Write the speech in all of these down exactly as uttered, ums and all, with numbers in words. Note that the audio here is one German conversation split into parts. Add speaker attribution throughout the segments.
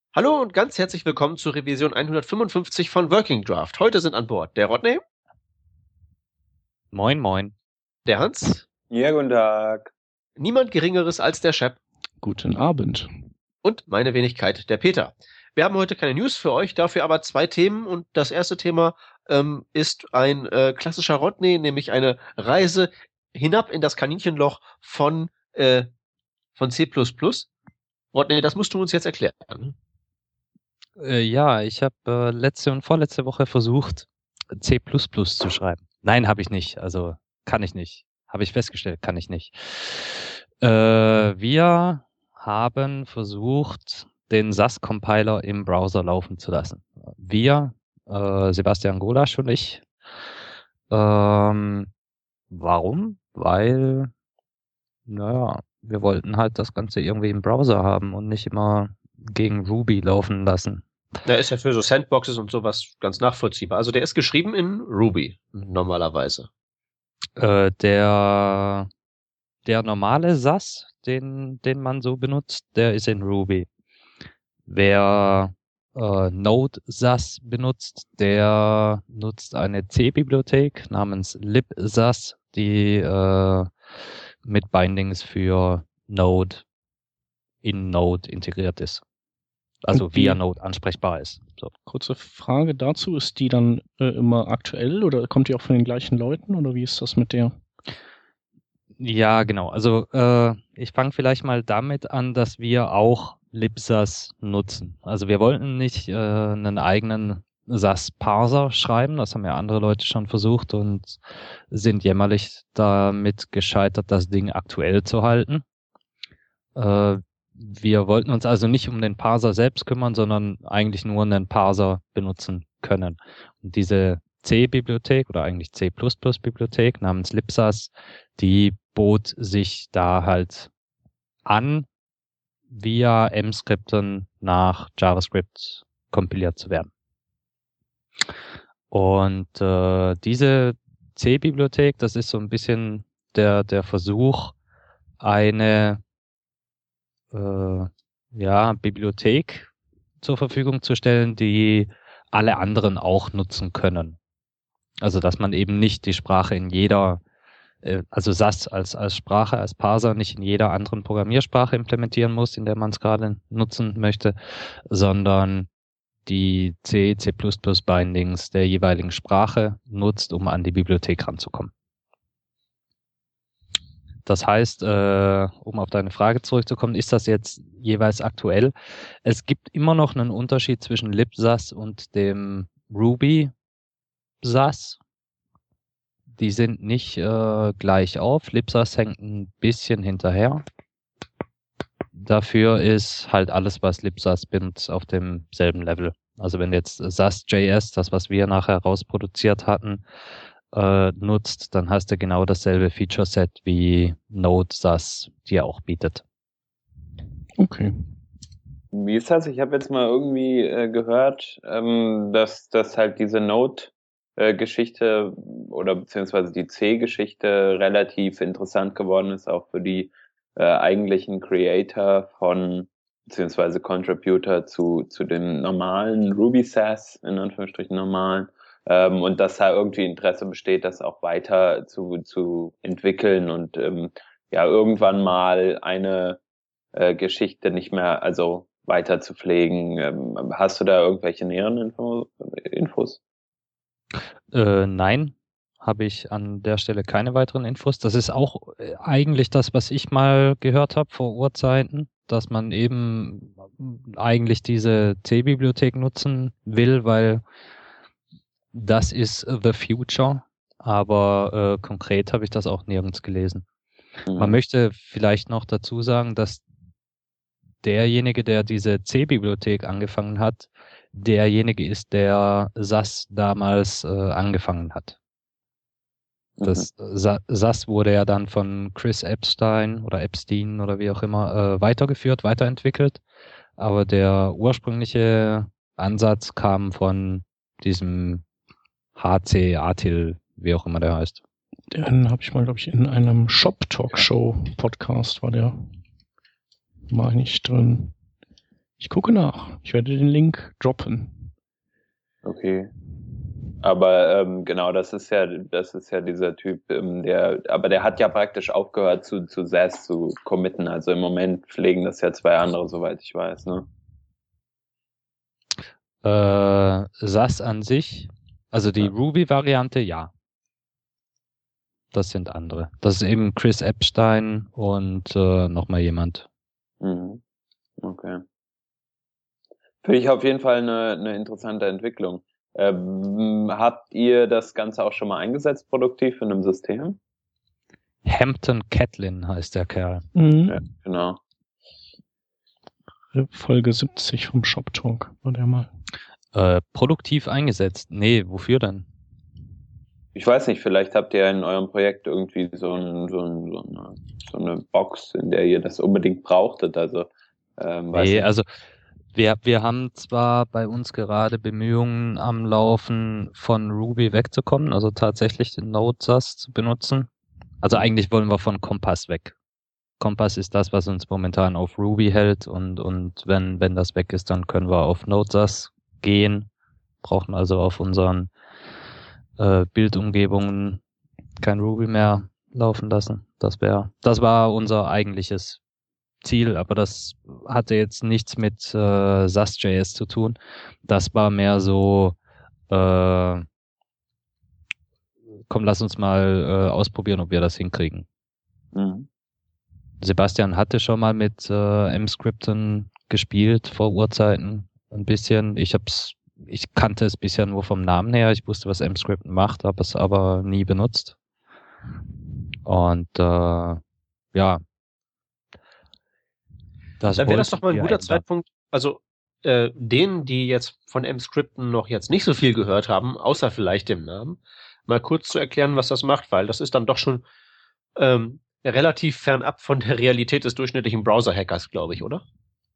Speaker 1: Hallo und ganz herzlich willkommen zur Revision hundertfünfundfünfzig von Working Draft. Heute sind an Bord der Rodney,
Speaker 2: Moin, moin.
Speaker 1: der Hans,
Speaker 3: Ja, guten Tag.
Speaker 1: niemand Geringeres als der Shep
Speaker 4: Guten Abend.
Speaker 1: und meine Wenigkeit, der Peter. Wir haben heute keine News für euch, dafür aber zwei Themen. Und das erste Thema ähm, ist ein äh, klassischer Rodney, nämlich eine Reise hinab in das Kaninchenloch von, äh, von C plus plus. Rodney, das musst du uns jetzt erklären.
Speaker 2: Äh, ja, ich habe äh, letzte und vorletzte Woche versucht, C plus plus zu schreiben. Nein, habe ich nicht. Also kann ich nicht. Habe ich festgestellt, kann ich nicht. Äh, wir haben versucht, den S A S-Compiler im Browser laufen zu lassen. Wir, äh, Sebastian Golasch und ich. Ähm, warum? Weil, naja, wir wollten halt das Ganze irgendwie im Browser haben und nicht immer gegen Ruby laufen lassen.
Speaker 1: Der ist ja für so Sandboxes und sowas ganz nachvollziehbar. Also der ist geschrieben in Ruby normalerweise.
Speaker 2: Äh, der, der normale S A S, den, den man so benutzt, der ist in Ruby. Wer äh, Node S A S benutzt, der nutzt eine C-Bibliothek namens libsas, die äh, mit Bindings für Node in Node integriert ist. Also
Speaker 4: Und die-
Speaker 2: via Node ansprechbar ist. So.
Speaker 4: Kurze Frage dazu, ist die dann äh, immer aktuell oder kommt die auch von den gleichen Leuten oder wie ist das mit der?
Speaker 2: Ja, genau. Also äh, ich fange vielleicht mal damit an, dass wir auch libsas nutzen. Also wir wollten nicht äh, einen eigenen S A S-Parser schreiben, das haben ja andere Leute schon versucht und sind jämmerlich damit gescheitert, das Ding aktuell zu halten. Äh, wir wollten uns also nicht um den Parser selbst kümmern, sondern eigentlich nur einen Parser benutzen können. Und diese C-Bibliothek oder eigentlich C plus plus-Bibliothek namens libsas, die bot sich da halt an, via M-Skripten nach JavaScript kompiliert zu werden. Und äh, diese C-Bibliothek, das ist so ein bisschen der, der Versuch, eine äh, ja, Bibliothek zur Verfügung zu stellen, die alle anderen auch nutzen können. Also dass man eben nicht die Sprache in jeder, äh, also S A S als, als Sprache, als Parser nicht in jeder anderen Programmiersprache implementieren muss, in der man es gerade nutzen möchte, sondern die C, C plus plus Bindings der jeweiligen Sprache nutzt, um an die Bibliothek ranzukommen. Das heißt, äh, um auf deine Frage zurückzukommen, ist das jetzt jeweils aktuell? Es gibt immer noch einen Unterschied zwischen libsas und dem Ruby S A S. Die sind nicht äh, gleich auf. libsas hängt ein bisschen hinterher. Dafür ist halt alles, was libsas bindet, auf demselben Level. Also wenn jetzt S A S.js, das was wir nachher rausproduziert hatten, äh, nutzt, dann hast du genau dasselbe Feature-Set wie Node S A S dir auch bietet.
Speaker 4: Okay.
Speaker 3: Wie ist das? Ich habe jetzt mal irgendwie äh, gehört, ähm, dass, dass halt diese Node-Geschichte oder beziehungsweise die C-Geschichte relativ interessant geworden ist, auch für die äh, eigentlichen Creator von beziehungsweise Contributor zu, zu dem normalen Ruby S A S, in Anführungsstrichen normalen. Ähm, und dass da irgendwie Interesse besteht, das auch weiter zu, zu entwickeln und ähm, ja irgendwann mal eine äh, Geschichte nicht mehr, also weiter zu pflegen. Ähm, hast du da irgendwelche näheren Info, Infos?
Speaker 2: Äh, nein, habe ich an der Stelle keine weiteren Infos. Das ist auch äh, eigentlich das, was ich mal gehört habe vor Urzeiten, dass man eben eigentlich diese C-Bibliothek nutzen will, weil das ist the future, aber äh, konkret habe ich das auch nirgends gelesen.
Speaker 3: Mhm.
Speaker 2: Man möchte vielleicht noch dazu sagen, dass derjenige, der diese C-Bibliothek angefangen hat, derjenige ist, der S A S damals äh, angefangen hat. Das
Speaker 3: Mhm.
Speaker 2: S A S wurde ja dann von Chris Epstein oder Epstein oder wie auch immer äh, weitergeführt, weiterentwickelt, aber der ursprüngliche Ansatz kam von diesem H C Atil, wie auch immer der heißt.
Speaker 4: Den habe ich mal, glaube ich, in einem Shop-Talk-Show-Podcast war der, meine ich, drin. Ich gucke nach. Ich werde den Link droppen.
Speaker 3: Okay. Aber ähm, genau, das ist ja, das ist ja dieser Typ, ähm, der, aber der hat ja praktisch aufgehört zu zu S A S zu committen. Also im Moment pflegen das ja zwei andere, soweit ich weiß, ne?
Speaker 2: Äh, S A S an sich, also die
Speaker 3: Ja.
Speaker 2: Ruby-Variante, ja. Das sind andere. Das ist eben Chris Epstein und äh, nochmal jemand.
Speaker 3: Mhm. Okay. Finde ich auf jeden Fall eine, eine interessante Entwicklung. Ähm, habt ihr das Ganze auch schon mal eingesetzt, produktiv in einem System?
Speaker 2: Hampton Catlin heißt der Kerl.
Speaker 4: Mhm.
Speaker 3: Ja, genau.
Speaker 4: Folge siebzig vom Shop Talk war der mal.
Speaker 2: Äh, produktiv eingesetzt. Nee, wofür denn?
Speaker 3: Ich weiß nicht, vielleicht habt ihr in eurem Projekt irgendwie so, ein, so, ein, so, eine, so eine Box, in der ihr das unbedingt brauchtet. Also, ähm, weiß
Speaker 2: Nee,
Speaker 3: nicht.
Speaker 2: also wir, wir haben zwar bei uns gerade Bemühungen am Laufen, von Ruby wegzukommen, also tatsächlich den Node.S A S zu benutzen. Also eigentlich wollen wir von Compass weg. Compass ist das, was uns momentan auf Ruby hält und, und wenn, wenn das weg ist, dann können wir auf Node.S A S gehen. Brauchen also auf unseren äh, Bildumgebungen kein Ruby mehr laufen lassen. Das wäre, das war unser eigentliches Ziel, aber das hatte jetzt nichts mit äh, S A S Punkt J S zu tun. Das war mehr so, äh, komm, lass uns mal äh, ausprobieren, ob wir das hinkriegen.
Speaker 3: Mhm.
Speaker 2: Sebastian hatte schon mal mit äh, M-Scripten gespielt vor Urzeiten ein bisschen. Ich hab's, ich kannte es bisher nur vom Namen her. Ich wusste, was M-Scripten macht, habe es aber nie benutzt. Und äh, ja, das
Speaker 1: Dann wäre das doch
Speaker 2: wollten
Speaker 1: mal ein
Speaker 2: wir
Speaker 1: guter
Speaker 2: ändern.
Speaker 1: Zeitpunkt, also äh, denen, die jetzt von M-Scripten noch jetzt nicht so viel gehört haben, außer vielleicht dem Namen, mal kurz zu erklären, was das macht, weil das ist dann doch schon ähm, relativ fernab von der Realität des durchschnittlichen Browser-Hackers, glaube ich, oder?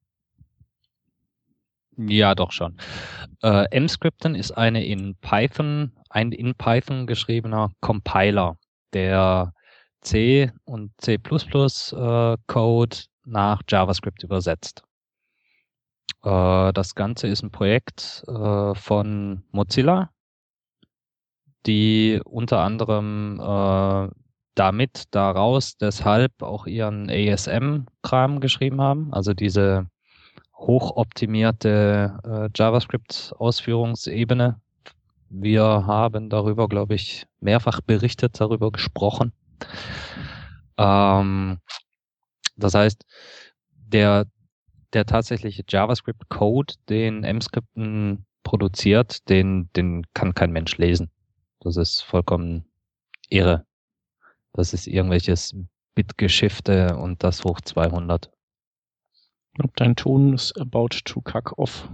Speaker 2: Ja, doch schon. Äh, M-Scripten ist eine in Python, ein in Python geschriebener Compiler, der C und C++ äh, Code nach JavaScript übersetzt. Äh, das Ganze ist ein Projekt äh, von Mozilla, die unter anderem äh, damit daraus deshalb auch ihren A S M-Kram geschrieben haben, also diese hochoptimierte äh, JavaScript-Ausführungsebene. Wir haben darüber, glaube ich, mehrfach berichtet, darüber gesprochen. Ähm, das heißt, der, der tatsächliche JavaScript-Code, den M-Skripten produziert, den, den kann kein Mensch lesen. Das ist vollkommen irre. Das ist irgendwelches Bitgeschifte und das hoch zweihundert.
Speaker 4: Ich glaube, dein Ton ist about to cuck off.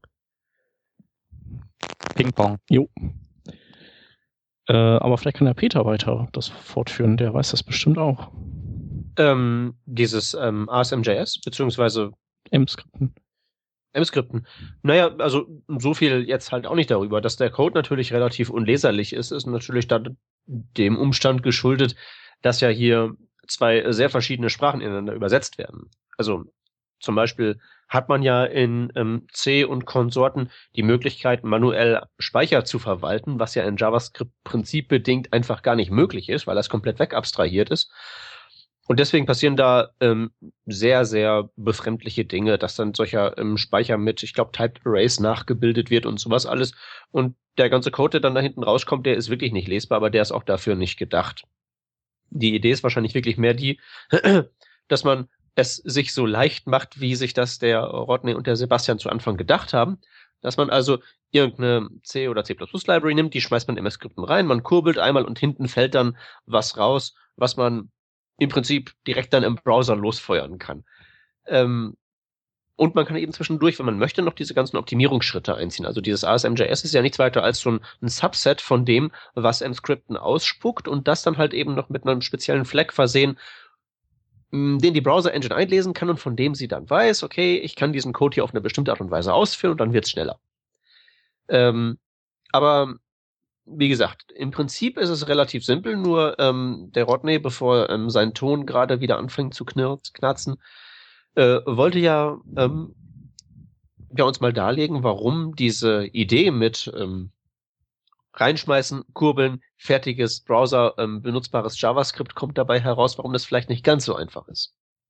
Speaker 2: Ping-Pong.
Speaker 4: Jo. Äh, aber vielleicht kann der Peter weiter das fortführen. Der weiß das bestimmt auch.
Speaker 1: Ähm, dieses ähm, A S M J S, beziehungsweise
Speaker 4: M-Skripten.
Speaker 1: M-Skripten. Naja, also so viel jetzt halt auch nicht darüber. Dass der Code natürlich relativ unleserlich ist, ist natürlich dann dem Umstand geschuldet, dass ja hier zwei sehr verschiedene Sprachen ineinander übersetzt werden. Also zum Beispiel hat man ja in ähm, C und Konsorten die Möglichkeit, manuell Speicher zu verwalten, was ja in JavaScript prinzipbedingt einfach gar nicht möglich ist, weil das komplett wegabstrahiert ist. Und deswegen passieren da ähm, sehr, sehr befremdliche Dinge, dass dann solcher ähm, Speicher mit, ich glaube, Typed Arrays nachgebildet wird und sowas alles. Und der ganze Code, der dann da hinten rauskommt, der ist wirklich nicht lesbar, aber der ist auch dafür nicht gedacht. Die Idee ist wahrscheinlich wirklich mehr die, dass man es sich so leicht macht, wie sich das der Rodney und der Sebastian zu Anfang gedacht haben. Dass man also irgendeine C- oder C++-Library nimmt, die schmeißt man in M-Skripten rein, man kurbelt einmal und hinten fällt dann was raus, was man im Prinzip direkt dann im Browser losfeuern kann. Ähm, und man kann eben zwischendurch, wenn man möchte, noch diese ganzen Optimierungsschritte einziehen. Also dieses A S M J S ist ja nichts weiter als so ein, ein Subset von dem, was M-Skripten ausspuckt und das dann halt eben noch mit einem speziellen Flag versehen, den die Browser-Engine einlesen kann und von dem sie dann weiß, okay, ich kann diesen Code hier auf eine bestimmte Art und Weise ausführen und dann wird's schneller. Ähm, aber wie gesagt, im Prinzip ist es relativ simpel, nur ähm, der Rodney, bevor ähm, sein Ton gerade wieder anfängt zu knirz, knarzen, äh, wollte ja ähm, ja uns mal darlegen, warum diese Idee mit ähm, reinschmeißen, kurbeln, fertiges Browser, ähm, benutzbares JavaScript kommt dabei heraus, warum das vielleicht nicht ganz so einfach ist?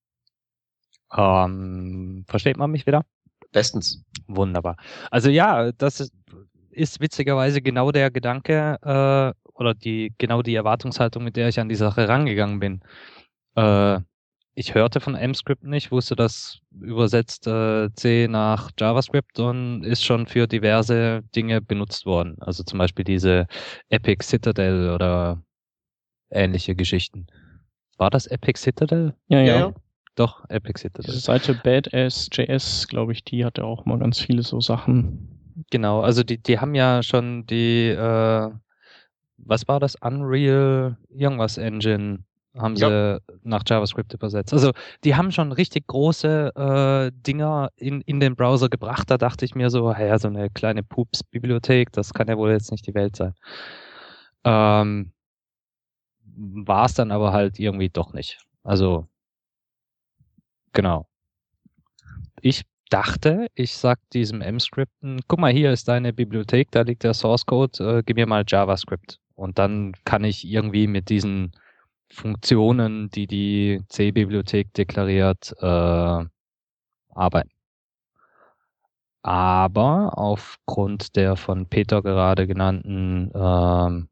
Speaker 2: Ähm, versteht man mich wieder?
Speaker 1: Bestens.
Speaker 2: Wunderbar. Also ja, das ist, ist witzigerweise genau der Gedanke äh, oder die genau die Erwartungshaltung, mit der ich an die Sache rangegangen bin. Äh, ich hörte von Emscript nicht, wusste, das übersetzt äh, C nach JavaScript und ist schon für diverse Dinge benutzt worden. Also zum Beispiel diese Epic Citadel oder ähnliche Geschichten. War das Epic Citadel?
Speaker 4: Ja, ja.
Speaker 1: Ja, ja.
Speaker 2: Doch, Epic Citadel.
Speaker 4: Diese Seite Badass Punkt J S, glaube ich, die hatte auch mal ganz viele so Sachen.
Speaker 2: Genau, also die, die haben ja schon die, äh, was war das? Unreal irgendwas Engine haben sie
Speaker 1: Ja.
Speaker 2: nach JavaScript übersetzt. Also die haben schon richtig große äh, Dinger in, in den Browser gebracht. Da dachte ich mir so, ja, so eine kleine Pups-Bibliothek, das kann ja wohl jetzt nicht die Welt sein. Ähm, war es dann aber halt irgendwie doch nicht. Also genau. Ich dachte, ich sag diesem Emscripten, guck mal, hier ist deine Bibliothek, da liegt der Source Code, äh, gib mir mal JavaScript. Und dann kann ich irgendwie mit diesen Funktionen, die die C-Bibliothek deklariert, äh, arbeiten. Aber aufgrund der von Peter gerade genannten ähm,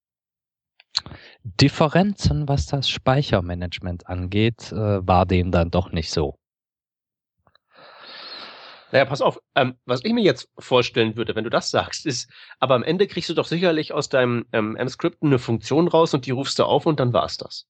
Speaker 2: Differenzen, was das Speichermanagement angeht, äh, war dem dann doch nicht so.
Speaker 1: Naja, pass auf, ähm, was ich mir jetzt vorstellen würde, wenn du das sagst, ist, aber am Ende kriegst du doch sicherlich aus deinem ähm, Emscript eine Funktion raus und die rufst du auf und dann war's das.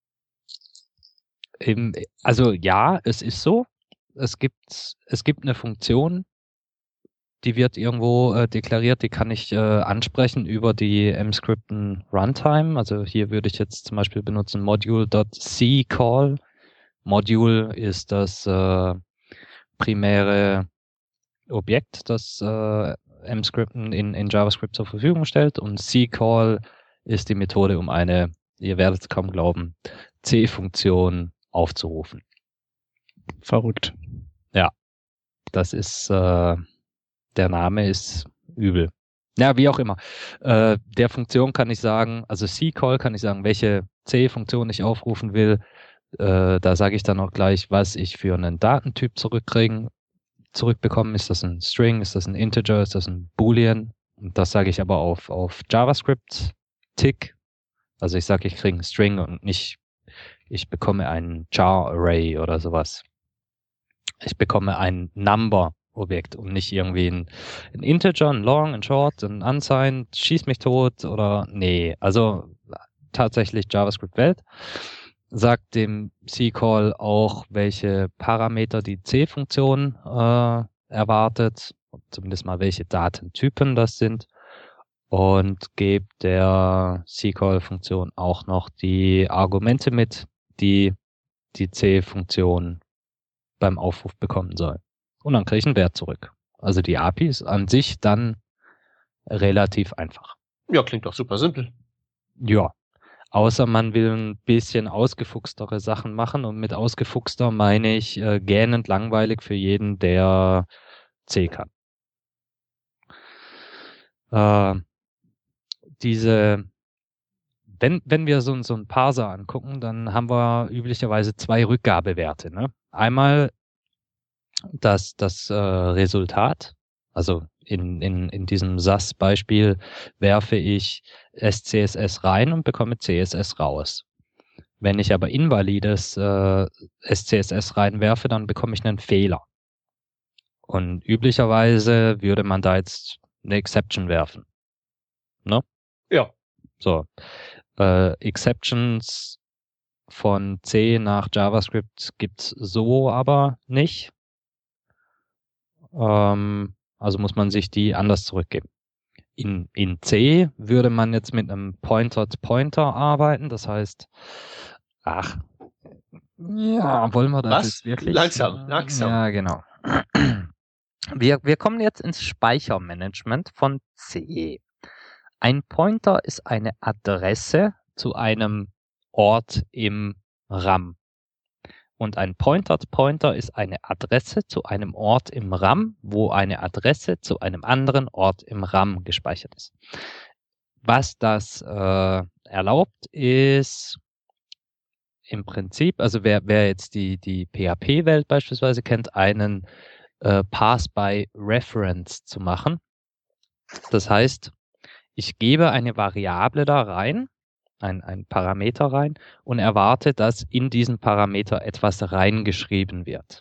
Speaker 2: Im, also ja, es ist so. Es gibt, es gibt eine Funktion, die wird irgendwo äh, deklariert, die kann ich äh, ansprechen über die Emscripten Runtime. Also hier würde ich jetzt zum Beispiel benutzen module.ccall. Module ist das äh, primäre Objekt, das äh, Emscripten in, in JavaScript zur Verfügung stellt, und ccall ist die Methode, um eine, ihr werdet es kaum glauben, C-Funktion aufzurufen.
Speaker 4: Verrückt.
Speaker 2: Ja, das ist, äh, der Name ist übel. Ja, wie auch immer. Äh, der Funktion kann ich sagen, also ccall kann ich sagen, welche C-Funktion ich aufrufen will. Äh, da sage ich dann auch gleich, was ich für einen Datentyp zurückkriegen, zurückbekommen. Ist das ein String, ist das ein Integer, ist das ein Boolean? Und das sage ich aber auf, auf JavaScript-Tick. Also ich sage, ich kriege einen String und nicht, ich bekomme ein Char-Array oder sowas. Ich bekomme ein Number-Objekt und nicht irgendwie ein, ein Integer, ein Long, ein Short, ein Unsigned, schieß mich tot oder nee. Also tatsächlich JavaScript-Welt. Sagt dem ccall auch, welche Parameter die C-Funktion äh, erwartet, zumindest mal welche Datentypen das sind, und gebt der ccall-Funktion auch noch die Argumente mit, die die C-Funktion beim Aufruf bekommen soll. Und dann kriege ich einen Wert zurück. Also die A P I ist an sich dann relativ einfach.
Speaker 1: Ja, klingt doch super simpel.
Speaker 2: Ja. Außer man will ein bisschen ausgefuchstere Sachen machen, und mit ausgefuchster meine ich äh, gähnend langweilig für jeden, der C kann. Äh, diese, wenn, wenn wir so, so ein Parser angucken, dann haben wir üblicherweise zwei Rückgabewerte. Ne? Einmal das, das äh, Resultat, also in, in, in diesem S A S-Beispiel werfe ich S C S S rein und bekomme C S S raus. Wenn ich aber invalides äh, S C S S reinwerfe, dann bekomme ich einen Fehler. Und üblicherweise würde man da jetzt eine Exception werfen. Ne?
Speaker 1: Ja.
Speaker 2: So. Äh, Exceptions von C nach JavaScript gibt's so aber nicht. Ähm, also muss man sich die anders zurückgeben. In, in C würde man jetzt mit einem Pointer-to-Pointer arbeiten. Das heißt, ach, ja, wollen wir das
Speaker 1: Was?
Speaker 2: jetzt wirklich?
Speaker 1: Langsam, langsam.
Speaker 2: Ja, genau. Wir, wir kommen jetzt ins Speichermanagement von C. Ein Pointer ist eine Adresse zu einem Ort im RAM. Und ein Pointer-Pointer ist eine Adresse zu einem Ort im RAM, wo eine Adresse zu einem anderen Ort im RAM gespeichert ist. Was das äh, erlaubt, ist im Prinzip, also wer, wer jetzt die, die P H P-Welt beispielsweise kennt, einen äh, Pass-by-Reference zu machen. Das heißt, ich gebe eine Variable da rein, ein, ein Parameter rein und erwarte, dass in diesen Parameter etwas reingeschrieben wird.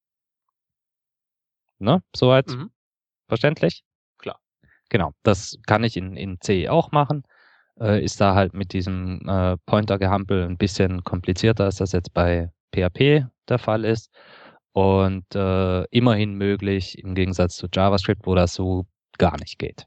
Speaker 2: Ne? Soweit
Speaker 1: Mhm.
Speaker 2: verständlich?
Speaker 1: Klar.
Speaker 2: Genau, das kann ich in, in C auch machen. Äh, ist da halt mit diesem äh, Pointer-Gehampel ein bisschen komplizierter, als das jetzt bei P H P der Fall ist. Und äh, immerhin möglich im Gegensatz zu JavaScript, wo das so gar nicht geht.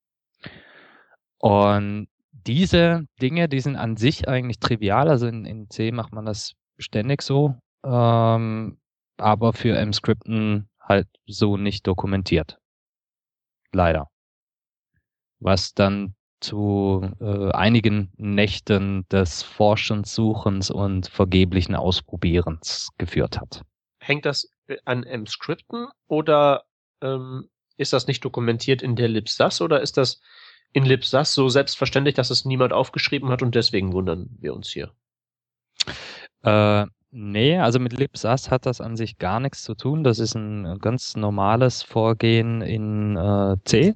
Speaker 2: Und diese Dinge, die sind an sich eigentlich trivial. Also in, in C macht man das ständig so, ähm, aber für Emscripten halt so nicht dokumentiert. Leider. Was dann zu äh, einigen Nächten des Forschens, Suchens und vergeblichen Ausprobierens geführt hat.
Speaker 1: Hängt das an Emscripten oder ähm, ist das nicht dokumentiert in der libsass oder ist das in libsass so selbstverständlich, dass es niemand aufgeschrieben hat und deswegen wundern wir uns hier?
Speaker 2: Äh, nee, also mit libsass hat das an sich gar nichts zu tun. Das ist ein ganz normales Vorgehen in äh, C.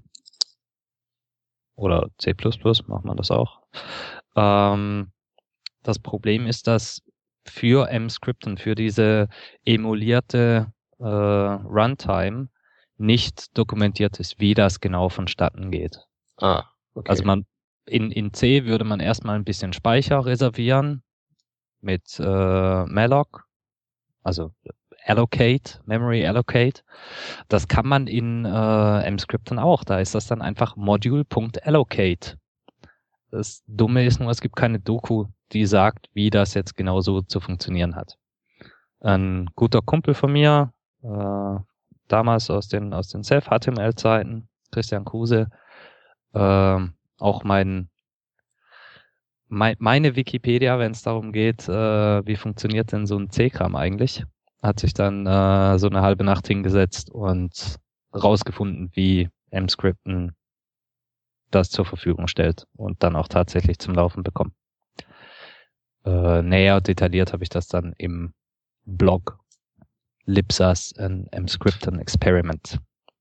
Speaker 2: Oder C plus plus macht man das auch. Ähm, das Problem ist, dass für Emscripten, für diese emulierte äh, Runtime nicht dokumentiert ist, wie das genau vonstatten geht.
Speaker 1: Ah, okay.
Speaker 2: Also man in, in C würde man erstmal ein bisschen Speicher reservieren mit äh, malloc, also allocate, memory allocate. Das kann man in äh, Emscripten auch. Da ist das dann einfach module.allocate. Das Dumme ist nur, es gibt keine Doku, die sagt, wie das jetzt genau so zu funktionieren hat. Ein guter Kumpel von mir, äh, damals aus den, aus den Self-H T M L-Zeiten, Christian Kruse, äh, auch mein, mein, meine Wikipedia, wenn es darum geht, äh, wie funktioniert denn so ein C-Kram eigentlich, hat sich dann äh, so eine halbe Nacht hingesetzt und rausgefunden, wie Emscripten das zur Verfügung stellt und dann auch tatsächlich zum Laufen bekommen. Äh, näher detailliert habe ich das dann im Blog libsass and Emscripten Experiment.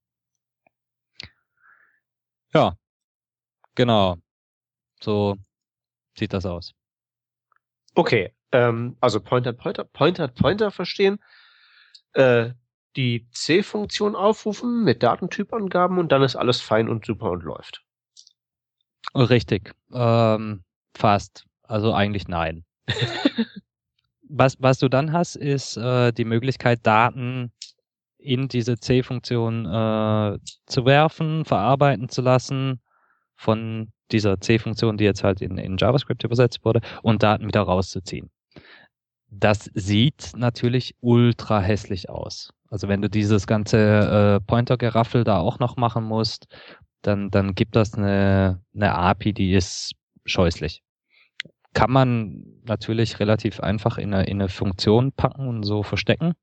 Speaker 2: Ja, genau. So sieht das aus.
Speaker 1: Okay, ähm, also Pointer, Pointer, Pointer, Pointer verstehen, äh, die C-Funktion aufrufen mit Datentypangaben und dann ist alles fein und super und läuft.
Speaker 2: Richtig. Ähm, fast. Also eigentlich nein. was, was du dann hast, ist äh, die Möglichkeit, Daten in diese C-Funktion äh, zu werfen, verarbeiten zu lassen von dieser C-Funktion, die jetzt halt in, in JavaScript übersetzt wurde, und Daten wieder rauszuziehen. Das sieht natürlich ultra hässlich aus. Also wenn du dieses ganze äh, Pointer-Geraffel da auch noch machen musst, dann, dann gibt das eine, eine A P I, die ist scheußlich. Kann man natürlich relativ einfach in eine, in eine Funktion packen und so verstecken.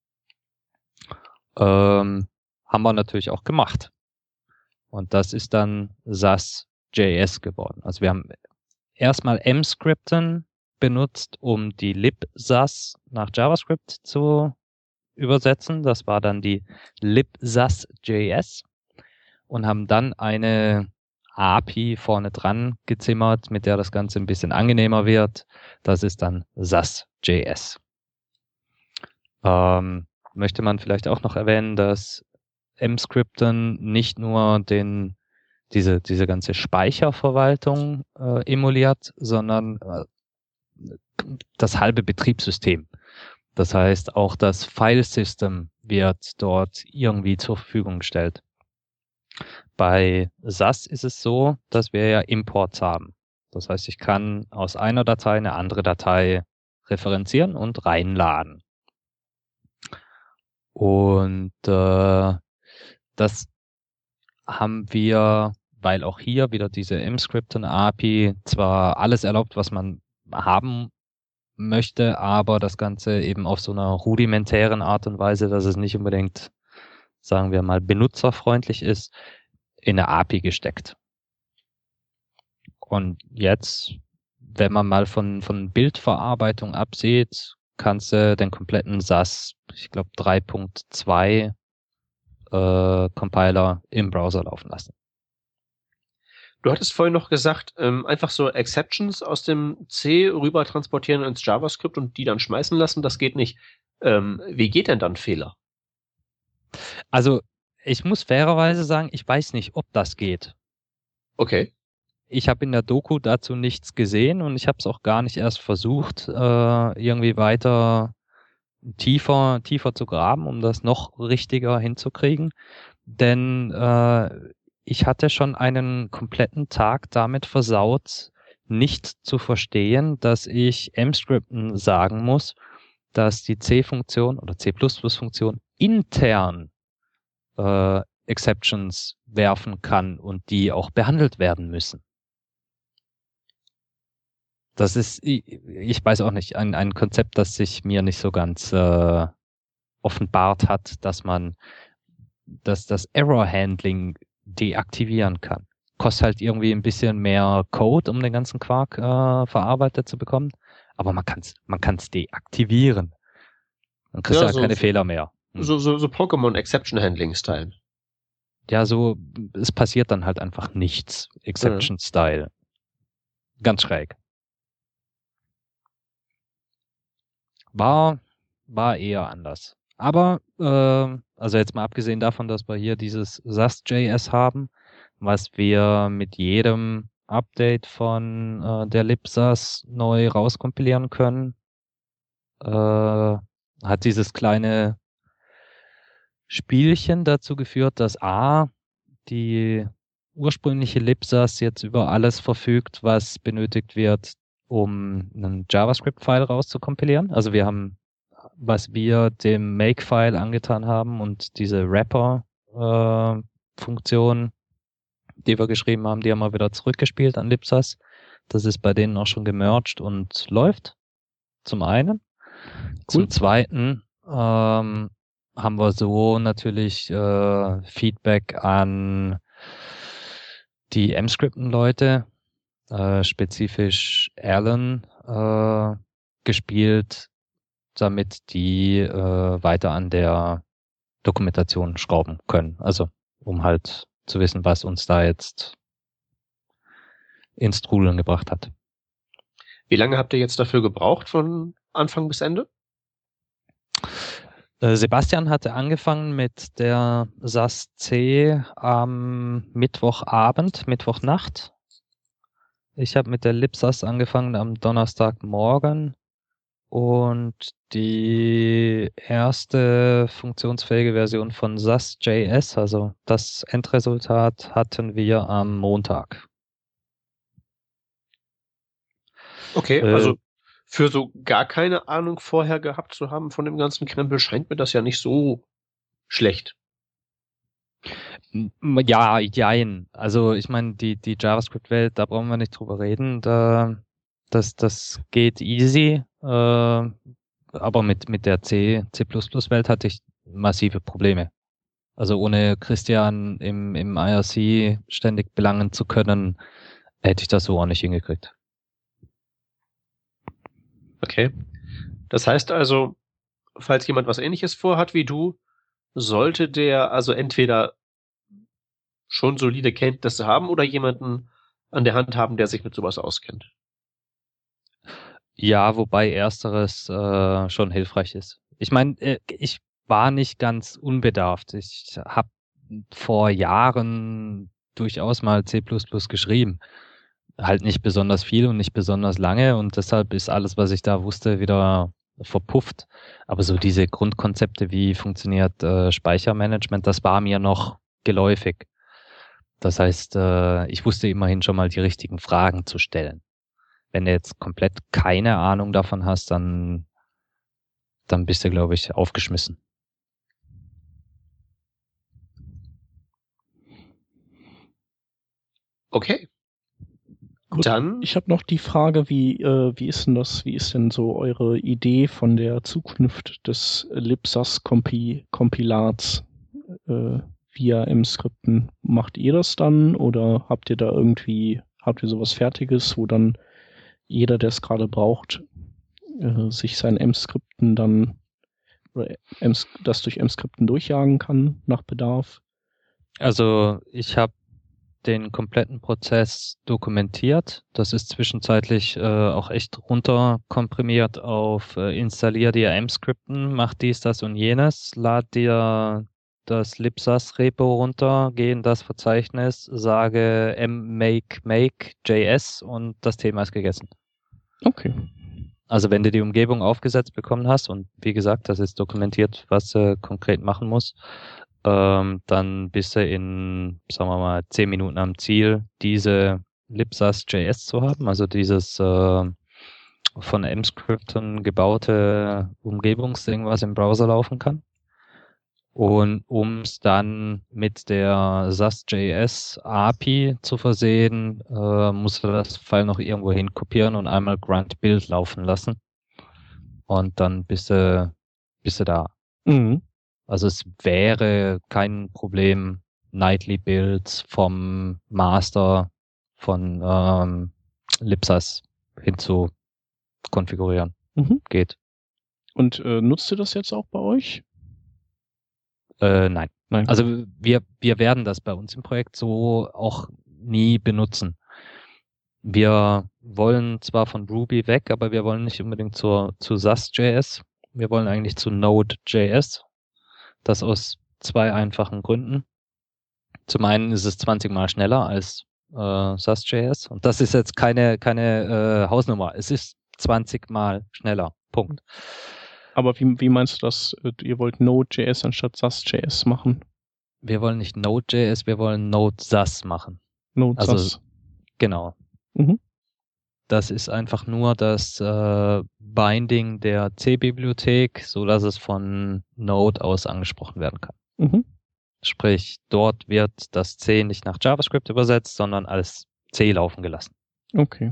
Speaker 2: Ähm, haben wir natürlich auch gemacht. Und das ist dann Sass.js geworden. Also wir haben erstmal Emscripten benutzt, um die libsass nach JavaScript zu übersetzen. Das war dann die libsass.js und haben dann eine A P I vorne dran gezimmert, mit der das Ganze ein bisschen angenehmer wird. Das ist dann Sass.js. Ähm, möchte man vielleicht auch noch erwähnen, dass Emscripten nicht nur den diese diese ganze Speicherverwaltung äh, emuliert, sondern äh, das halbe Betriebssystem. Das heißt, auch das Filesystem wird dort irgendwie zur Verfügung gestellt. Bei Sass ist es so, dass wir ja Imports haben. Das heißt, ich kann aus einer Datei eine andere Datei referenzieren und reinladen. Und äh, das haben wir, weil auch hier wieder diese Emscripten A P I zwar alles erlaubt, was man haben möchte aber das Ganze eben auf so einer rudimentären Art und Weise, dass es nicht unbedingt, sagen wir mal, benutzerfreundlich ist, in eine A P I gesteckt. Und jetzt, wenn man mal von, von Bildverarbeitung absieht, kannst du den kompletten S A S, ich glaube drei Punkt zwei äh, Compiler im Browser laufen lassen.
Speaker 1: Du hattest vorhin noch gesagt, ähm, einfach so Exceptions aus dem C rüber transportieren ins JavaScript und die dann schmeißen lassen, das geht nicht. Ähm, wie geht denn dann Fehler?
Speaker 2: Also ich muss fairerweise sagen, ich weiß nicht, ob das geht.
Speaker 1: Okay.
Speaker 2: Ich habe in der Doku dazu nichts gesehen und ich habe es auch gar nicht erst versucht, äh, irgendwie weiter tiefer, tiefer zu graben, um das noch richtiger hinzukriegen. Denn äh, ich hatte schon einen kompletten Tag damit versaut, nicht zu verstehen, dass ich M-Scripten sagen muss, dass die C-Funktion oder C plus plus-Funktion intern äh, Exceptions werfen kann und die auch behandelt werden müssen. Das ist, ich, ich weiß auch nicht, ein, ein Konzept, das sich mir nicht so ganz äh, offenbart hat, dass man dass das Error-Handling deaktivieren kann. Kostet halt irgendwie ein bisschen mehr Code, um den ganzen Quark äh, verarbeitet zu bekommen, aber man kann es man kann's deaktivieren. Dann kriegst du
Speaker 1: Ja,
Speaker 2: halt
Speaker 1: so,
Speaker 2: keine
Speaker 1: so,
Speaker 2: Fehler mehr. Hm.
Speaker 1: so, so, so Pokémon Exception Handling Style.
Speaker 2: Ja, so, es passiert dann halt einfach nichts. Exception-Style. Ganz schräg. War, war eher anders. Aber, äh, also jetzt mal abgesehen davon, dass wir hier dieses S A S.J S haben, was wir mit jedem Update von äh, der libsas neu rauskompilieren können, äh, hat dieses kleine Spielchen dazu geführt, dass A, die ursprüngliche libsas jetzt über alles verfügt, was benötigt wird, um einen JavaScript-File rauszukompilieren. Also wir haben, was wir dem Make-File angetan haben und diese Wrapper-Funktion, äh, die wir geschrieben haben, die haben wir wieder zurückgespielt an libsas. Das ist bei denen auch schon gemerged und läuft. Zum einen. Cool. Zum zweiten ähm, haben wir so natürlich äh, Feedback an die M-Scripten-Leute, äh, spezifisch Alan, äh, gespielt, damit die äh, weiter an der Dokumentation schrauben können. Also um halt zu wissen, was uns da jetzt ins Trudeln gebracht hat.
Speaker 1: Wie lange habt ihr jetzt dafür gebraucht, von Anfang bis Ende?
Speaker 2: Sebastian hatte angefangen mit der S A S-C am Mittwochabend, Mittwochnacht. Ich habe mit der libsas angefangen am Donnerstagmorgen und die erste funktionsfähige Version von S A S.J S, also das Endresultat, hatten wir am Montag.
Speaker 1: Okay,
Speaker 2: Äh,
Speaker 1: also für so gar keine Ahnung vorher gehabt zu haben von dem ganzen Krempel, scheint mir das ja nicht so schlecht.
Speaker 2: Ja, jein. Also ich meine, die, die JavaScript-Welt, da brauchen wir nicht drüber reden. Da, das, das geht easy. Äh, aber mit, mit der C, C++-Welt hatte ich massive Probleme. Also ohne Christian im, im I R C ständig belangen zu können, hätte ich das so auch nicht hingekriegt.
Speaker 1: Okay. Das heißt also, falls jemand was Ähnliches vorhat wie du, sollte der also entweder schon solide Kenntnisse haben oder jemanden an der Hand haben, der sich mit sowas auskennt.
Speaker 2: Ja, wobei ersteres äh, schon hilfreich ist. Ich meine, äh, ich war nicht ganz unbedarft. Ich habe vor Jahren durchaus mal C plus plus geschrieben. Halt nicht besonders viel und nicht besonders lange und deshalb ist alles, was ich da wusste, wieder verpufft. Aber so diese Grundkonzepte, wie funktioniert äh, Speichermanagement, das war mir noch geläufig. Das heißt, äh, ich wusste immerhin schon mal die richtigen Fragen zu stellen. Wenn du jetzt komplett keine Ahnung davon hast, dann, dann bist du, glaube ich, aufgeschmissen.
Speaker 1: Okay.
Speaker 4: Gut,
Speaker 1: Dann,
Speaker 4: ich habe noch die Frage, wie, äh, wie ist denn das, wie ist denn so eure Idee von der Zukunft des Libsas-Kompilats äh, via M-Skripten? Macht ihr das dann oder habt ihr da irgendwie, habt ihr sowas Fertiges, wo dann jeder, der es gerade braucht, äh, sich seinen M-Skripten dann oder M das durch M-Skripten durchjagen kann nach Bedarf?
Speaker 2: Also ich habe den kompletten Prozess dokumentiert. Das ist zwischenzeitlich äh, auch echt runterkomprimiert auf äh, installier dir M-Skripten, mach dies, das und jenes, lad dir das Libsas-Repo runter, geh in das Verzeichnis, sage mmake make js und das Thema ist gegessen.
Speaker 4: Okay.
Speaker 2: Also wenn du die Umgebung aufgesetzt bekommen hast und wie gesagt, das ist dokumentiert, was du konkret machen musst, ähm, dann bist du in, sagen wir mal, zehn Minuten am Ziel, diese Libsas.js zu haben, also dieses äh, von M-Skripten gebaute Umgebungsding, was im Browser laufen kann. Und um es dann mit der S A S.js A P I zu versehen, äh, musst du das File noch irgendwo hin kopieren und einmal grunt build laufen lassen. Und dann bist du, bist du da.
Speaker 4: Mhm.
Speaker 2: Also es wäre kein Problem, Nightly Builds vom Master von ähm, Libsas hin zu konfigurieren.
Speaker 4: Mhm.
Speaker 2: Geht.
Speaker 4: Und äh, nutzt ihr das jetzt auch bei euch?
Speaker 2: Äh, nein.
Speaker 4: Nein.
Speaker 2: Also wir, wir werden das bei uns im Projekt so auch nie benutzen. Wir wollen zwar von Ruby weg, aber wir wollen nicht unbedingt zur, zu S A S.js. Wir wollen eigentlich zu Node.js. Das aus zwei einfachen Gründen. Zum einen ist es zwanzig Mal schneller als äh, S A S.js. Und das ist jetzt keine, keine äh, Hausnummer. Es ist zwanzig Mal schneller. Punkt.
Speaker 4: Aber wie, wie meinst du das? Äh, Ihr wollt Node.js anstatt S A S.js machen?
Speaker 2: Wir wollen nicht Node.js, wir wollen Node.S A S machen.
Speaker 4: Node
Speaker 2: Also,
Speaker 4: S A S.
Speaker 2: Genau.
Speaker 4: Mhm.
Speaker 2: Das ist einfach nur das äh, Binding der C-Bibliothek, so dass es von Node aus angesprochen werden kann.
Speaker 4: Mhm.
Speaker 2: Sprich, dort wird das C nicht nach JavaScript übersetzt, sondern als C laufen gelassen.
Speaker 4: Okay.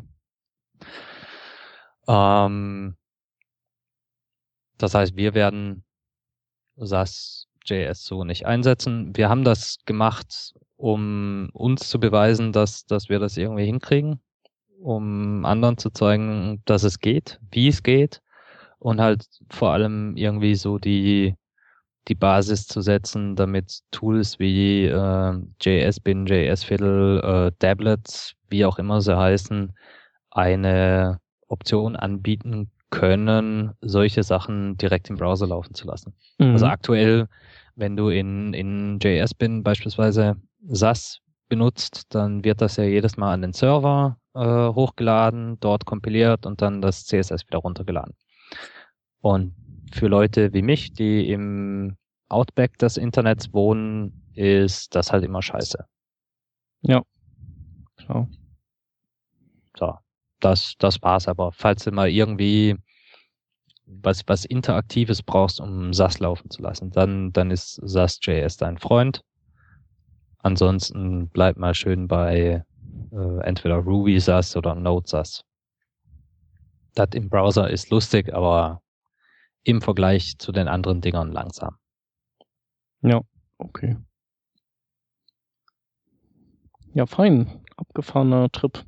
Speaker 2: Ähm, das heißt, wir werden S A S.js so nicht einsetzen. Wir haben das gemacht, um uns zu beweisen, dass, dass wir das irgendwie hinkriegen, um anderen zu zeigen, dass es geht, wie es geht und halt vor allem irgendwie so die die Basis zu setzen, damit Tools wie äh, J S-Bin, J S-Fiddle, äh, Tablets, wie auch immer sie heißen, eine Option anbieten können, solche Sachen direkt im Browser laufen zu lassen.
Speaker 4: Mhm.
Speaker 2: Also aktuell, wenn du in, in J S-Bin beispielsweise S A S benutzt, dann wird das ja jedes Mal an den Server äh, hochgeladen, dort kompiliert und dann das C S S wieder runtergeladen. Und für Leute wie mich, die im Outback des Internets wohnen, ist das halt immer scheiße.
Speaker 4: Ja, klar.
Speaker 2: So, das, das war's aber. Falls du mal irgendwie was, was Interaktives brauchst, um S A S laufen zu lassen, dann, dann ist S A S.js dein Freund. Ansonsten bleib mal schön bei äh, entweder Ruby S A S oder Node S A S. Das im Browser ist lustig, aber im Vergleich zu den anderen Dingern langsam.
Speaker 4: Ja, okay. Ja, fein. Abgefahrener Trip.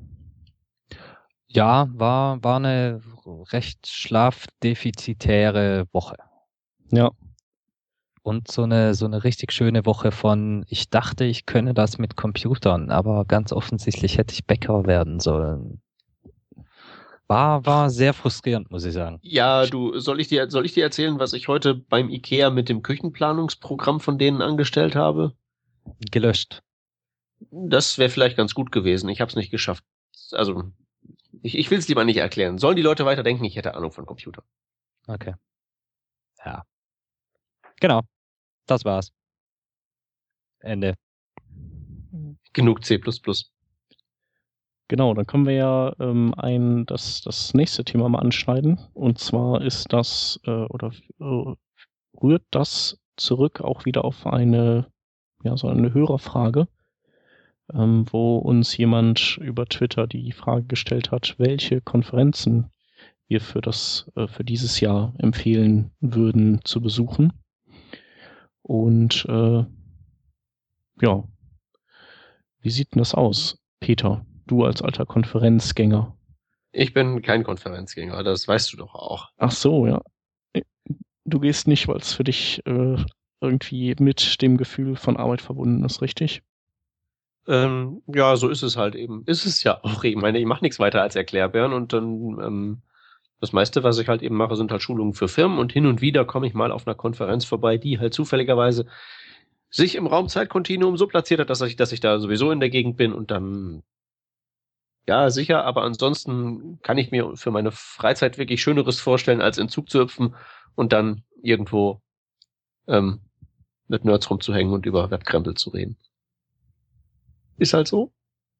Speaker 2: Ja, war, war eine recht schlafdefizitäre Woche.
Speaker 4: Ja.
Speaker 2: Und so eine, so eine richtig schöne Woche von, ich dachte, ich könne das mit Computern, aber ganz offensichtlich hätte ich Bäcker werden sollen. War, war sehr frustrierend, muss ich sagen.
Speaker 1: Ja, du, soll ich dir, soll ich dir erzählen, was ich heute beim IKEA mit dem Küchenplanungsprogramm von denen angestellt habe?
Speaker 2: Gelöscht.
Speaker 1: Das wäre vielleicht ganz gut gewesen. Ich habe es nicht geschafft. Also, ich, ich will es lieber nicht erklären. Sollen die Leute weiter denken, ich hätte Ahnung von Computern?
Speaker 2: Okay. Ja. Genau. Das war's. Ende.
Speaker 1: Genug C plus plus.
Speaker 4: Genau, dann können wir ja ähm, ein, das, das nächste Thema mal anschneiden. Und zwar ist das, äh, oder äh, rührt das zurück auch wieder auf eine, ja, so eine Hörerfrage. ähm, wo uns jemand über Twitter die Frage gestellt hat, welche Konferenzen wir für das, äh, für dieses Jahr empfehlen würden zu besuchen. Und äh, ja, wie sieht denn das aus, Peter? Du als alter Konferenzgänger.
Speaker 1: Ich bin kein Konferenzgänger, das weißt du doch auch.
Speaker 4: Ach so, ja. Du gehst nicht, weil es für dich äh, irgendwie mit dem Gefühl von Arbeit verbunden ist, richtig?
Speaker 1: Ähm, ja, so ist es halt eben. Ist es ja auch. Ich meine, ich mache nichts weiter als Erklärbären und dann ähm, das meiste, was ich halt eben mache, sind halt Schulungen für Firmen und hin und wieder komme ich mal auf einer Konferenz vorbei, die halt zufälligerweise sich im Raum-Zeit-Kontinuum so platziert hat, dass ich, dass ich da sowieso in der Gegend bin und dann, ja, sicher, aber ansonsten kann ich mir für meine Freizeit wirklich Schöneres vorstellen, als in Zug zu hüpfen und dann irgendwo ähm, mit Nerds rumzuhängen und über Webkrempel zu reden. Ist halt so.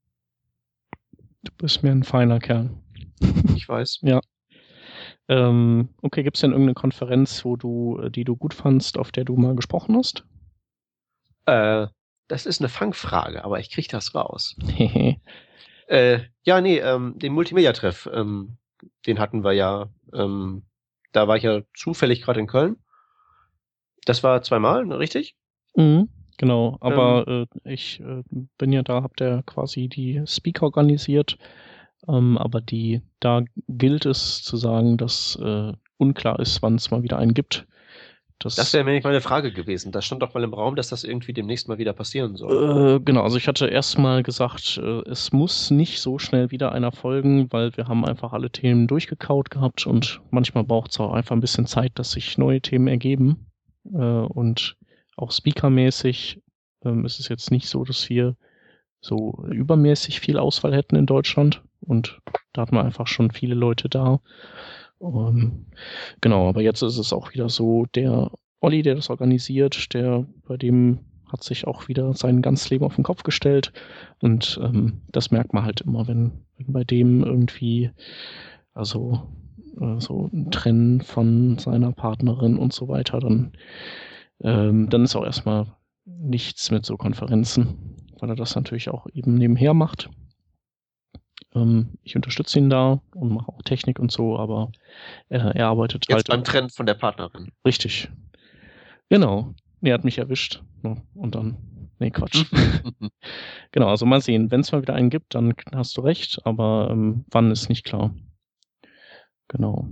Speaker 4: Du bist mir ein feiner Kerl.
Speaker 1: Ich weiß.
Speaker 4: Ja. Ähm, okay, gibt es denn irgendeine Konferenz, wo du, die du gut fandst, auf der du mal gesprochen hast?
Speaker 1: Äh, das ist eine Fangfrage, aber ich krieg das raus. äh, ja, nee, ähm, den Multimedia-Treff, ähm, den hatten wir ja, ähm, da war ich ja zufällig gerade in Köln. Das war zweimal, ne, richtig?
Speaker 4: Mhm, genau, aber ähm, äh, ich äh, bin ja da, hab der quasi die Speaker organisiert, ähm, aber die, da gilt es zu sagen, dass äh, unklar ist, wann es mal wieder einen gibt.
Speaker 1: Das, das wäre nämlich meine Frage gewesen. Das stand doch mal im Raum, dass das irgendwie demnächst mal wieder passieren
Speaker 4: soll. Äh, genau, also ich hatte erstmal gesagt, äh, es muss nicht so schnell wieder einer folgen, weil wir haben einfach alle Themen durchgekaut gehabt und manchmal braucht es auch einfach ein bisschen Zeit, dass sich neue Themen ergeben. Äh, und auch speakermäßig ähm, ist es jetzt nicht so, dass wir so übermäßig viel Auswahl hätten in Deutschland. Und da hat man einfach schon viele Leute da. Um, genau, aber jetzt ist es auch wieder so, der Olli, der das organisiert, der, bei dem hat sich auch wieder sein ganzes Leben auf den Kopf gestellt. Und ähm, das merkt man halt immer, wenn, wenn bei dem irgendwie, also äh, so ein Trennen von seiner Partnerin und so weiter, dann, ähm, dann ist auch erstmal nichts mit so Konferenzen, weil er das natürlich auch eben nebenher macht. Ähm, ich unterstütze ihn da und mache auch Technik und so, aber er, er arbeitet
Speaker 1: Jetzt
Speaker 4: halt.
Speaker 1: beim Trennen von der Partnerin.
Speaker 4: Richtig. Genau. Er hat mich erwischt. Und dann. Nee, Quatsch. Genau, also mal sehen. Wenn es mal wieder einen gibt, dann hast du recht, aber ähm, wann ist nicht klar. Genau.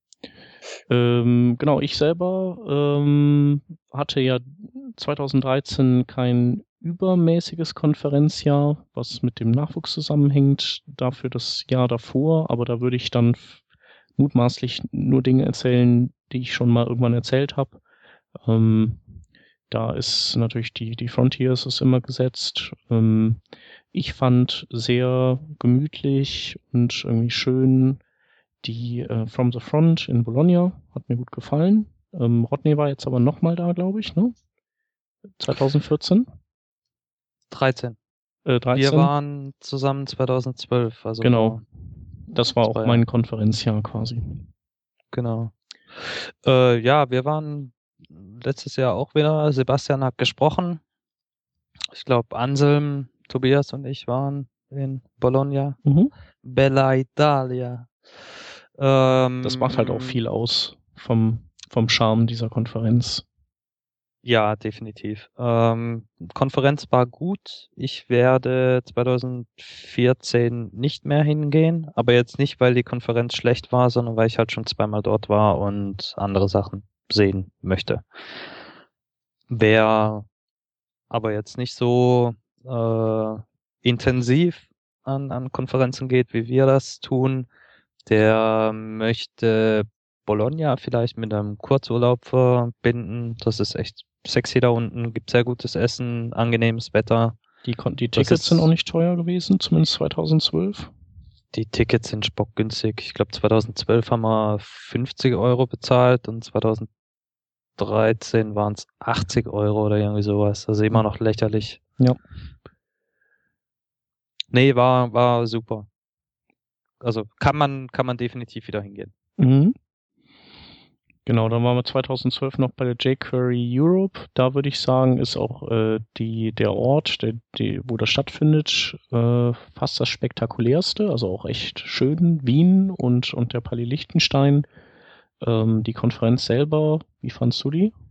Speaker 4: Ähm, genau, ich selber ähm, hatte ja zwanzig dreizehn kein übermäßiges Konferenzjahr, was mit dem Nachwuchs zusammenhängt, dafür das Jahr davor, aber da würde ich dann mutmaßlich nur Dinge erzählen, die ich schon mal irgendwann erzählt habe. Ähm, da ist natürlich die, die Frontiers ist immer gesetzt. Ähm, ich fand sehr gemütlich und irgendwie schön die äh, From the Front in Bologna, hat mir gut gefallen. Ähm, Rodney war jetzt aber nochmal da, glaube ich, ne? zwanzig vierzehn?
Speaker 2: dreizehn.
Speaker 4: Äh, dreizehn.
Speaker 2: Wir waren zusammen zwanzig zwölf. Also
Speaker 4: genau. Das war auch mein Konferenzjahr quasi.
Speaker 2: Genau. Äh, ja, wir waren letztes Jahr auch wieder. Sebastian hat gesprochen. Ich glaube, Anselm, Tobias und ich waren in Bologna.
Speaker 4: Mhm.
Speaker 2: Bella Italia. Ähm,
Speaker 4: das macht halt auch viel aus vom, vom Charme dieser Konferenz.
Speaker 2: Ja, definitiv. Ähm, Konferenz war gut. Ich werde zwanzig vierzehn nicht mehr hingehen, aber jetzt nicht, weil die Konferenz schlecht war, sondern weil ich halt schon zweimal dort war und andere Sachen sehen möchte. Wer aber jetzt nicht so äh, intensiv an, an Konferenzen geht, wie wir das tun, der möchte Bologna vielleicht mit einem Kurzurlaub verbinden. Das ist echt sexy da unten, gibt sehr gutes Essen, angenehmes Wetter.
Speaker 4: Die, die Tickets sind auch nicht teuer gewesen, zumindest zwanzig zwölf.
Speaker 2: Die Tickets sind spockgünstig. Ich glaube, zwanzig zwölf haben wir fünfzig Euro bezahlt und zwanzig dreizehn waren es achtzig Euro oder irgendwie sowas. Also immer noch lächerlich.
Speaker 4: Ja.
Speaker 2: Nee, war, war super. Also kann man, kann man definitiv wieder hingehen.
Speaker 4: Mhm. Genau, dann waren wir zweitausendzwölf noch bei der jQuery Europe. Da würde ich sagen, ist auch äh, die, der Ort, der, die, wo das stattfindet, äh, fast das spektakulärste. Also auch echt schön. Wien und, und der Palais Liechtenstein. Ähm, die Konferenz selber, wie fandst du die?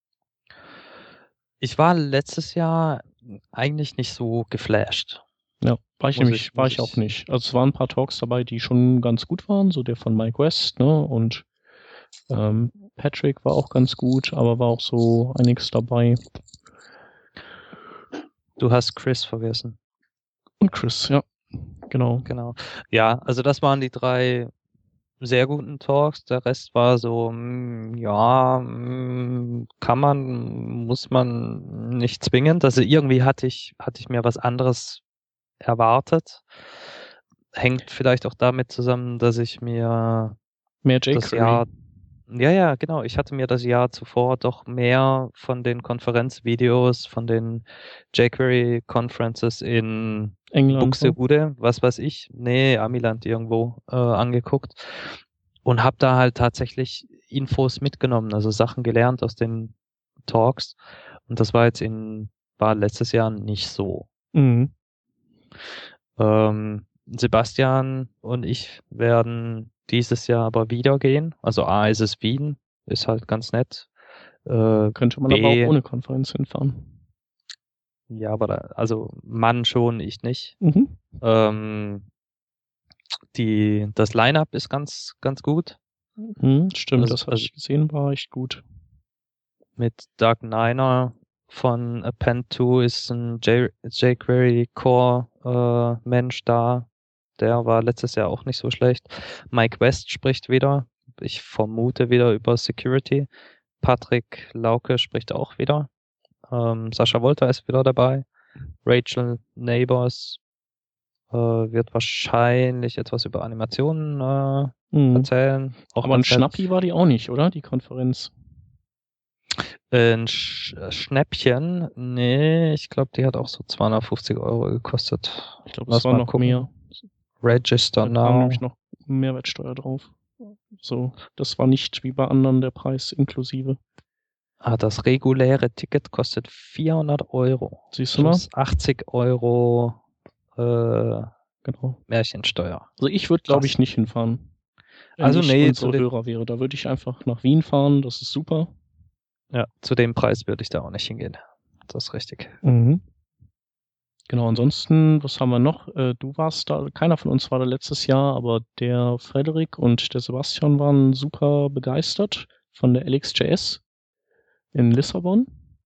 Speaker 2: Ich war letztes Jahr eigentlich nicht so geflasht.
Speaker 4: Ja, war ich
Speaker 2: Muss
Speaker 4: nämlich,
Speaker 2: ich-
Speaker 4: war
Speaker 2: muss
Speaker 4: ich auch
Speaker 2: ich-
Speaker 4: nicht. Also es waren ein paar Talks dabei, die schon ganz gut waren, so der von Mike West, ne? Und ähm, Patrick war auch ganz gut, aber war auch so einiges dabei.
Speaker 2: Du hast Chris vergessen.
Speaker 4: Und Chris, ja, genau.
Speaker 2: Genau. Ja, also das waren die drei sehr guten Talks. Der Rest war so, mm, ja, mm, kann man, muss man nicht zwingend. Also irgendwie hatte ich, hatte ich mir was anderes erwartet. Hängt vielleicht auch damit zusammen, dass ich mir
Speaker 4: Mehr
Speaker 2: das Jahr,
Speaker 4: jQuery.
Speaker 2: ja, ja, genau, ich hatte mir das Jahr zuvor doch mehr von den Konferenzvideos, von den jQuery Conferences in
Speaker 4: England. Ne?
Speaker 2: Buxtehude, was weiß ich, nee, Amiland irgendwo äh, angeguckt und habe da halt tatsächlich Infos mitgenommen, also Sachen gelernt aus den Talks. Und das war jetzt in, war letztes Jahr nicht so.
Speaker 4: Mhm.
Speaker 2: Ähm, Sebastian und ich werden dieses Jahr aber wieder gehen. Also A ist es Wien, ist halt ganz nett. Äh,
Speaker 4: Könnte man
Speaker 2: B,
Speaker 4: aber auch ohne Konferenz hinfahren.
Speaker 2: ja, aber da, also Mann schon, ich nicht.
Speaker 4: Mhm.
Speaker 2: Ähm, die, das Line-Up ist ganz, ganz gut.
Speaker 4: Mhm, stimmt,
Speaker 2: Also-
Speaker 4: das hatte
Speaker 2: also-
Speaker 4: ich gesehen, war echt gut.
Speaker 2: Mit Doug Niner von Append zwei ist ein J- jQuery Core äh, Mensch da. Der war letztes Jahr auch nicht so schlecht. Mike West spricht wieder. Ich vermute wieder über Security. Patrick Lauke spricht auch wieder. Ähm, Sascha Wolter ist wieder dabei. Rachel Neighbors äh, wird wahrscheinlich etwas über Animationen äh,
Speaker 4: Mhm.
Speaker 2: erzählen. Auch
Speaker 4: Aber ein
Speaker 2: ganz nett.
Speaker 4: Schnappi war die auch nicht, oder? Die Konferenz.
Speaker 2: Äh, Ein Sch Schnäppchen? Nee, ich glaube, die hat auch so zweihundertfünfzig Euro gekostet.
Speaker 4: Ich glaube,
Speaker 2: Lass
Speaker 4: es war
Speaker 2: mal
Speaker 4: noch
Speaker 2: gucken.
Speaker 4: mehr.
Speaker 2: Register
Speaker 4: Da kam
Speaker 2: now.
Speaker 4: nämlich noch Mehrwertsteuer drauf. So, das war nicht wie bei anderen der Preis inklusive.
Speaker 2: Ah, das reguläre Ticket kostet vierhundert Euro.
Speaker 4: Siehst du mal?
Speaker 2: Plus achtzig Euro äh,
Speaker 4: Genau.
Speaker 2: Märchensteuer.
Speaker 4: Also ich würde, glaube
Speaker 2: Krass.
Speaker 4: ich, nicht hinfahren. Wenn
Speaker 2: Also
Speaker 4: ich
Speaker 2: nee,
Speaker 4: unsere
Speaker 2: zu den-
Speaker 4: Hörer wäre. Da würde ich einfach nach Wien fahren, das ist super.
Speaker 2: Ja, zu dem Preis würde ich da auch nicht hingehen. Das ist richtig.
Speaker 4: Mhm. Genau, ansonsten, was haben wir noch? Äh, du warst da, keiner von uns war da letztes Jahr, aber der Frederik und der Sebastian waren super begeistert von der L X J S in Lissabon.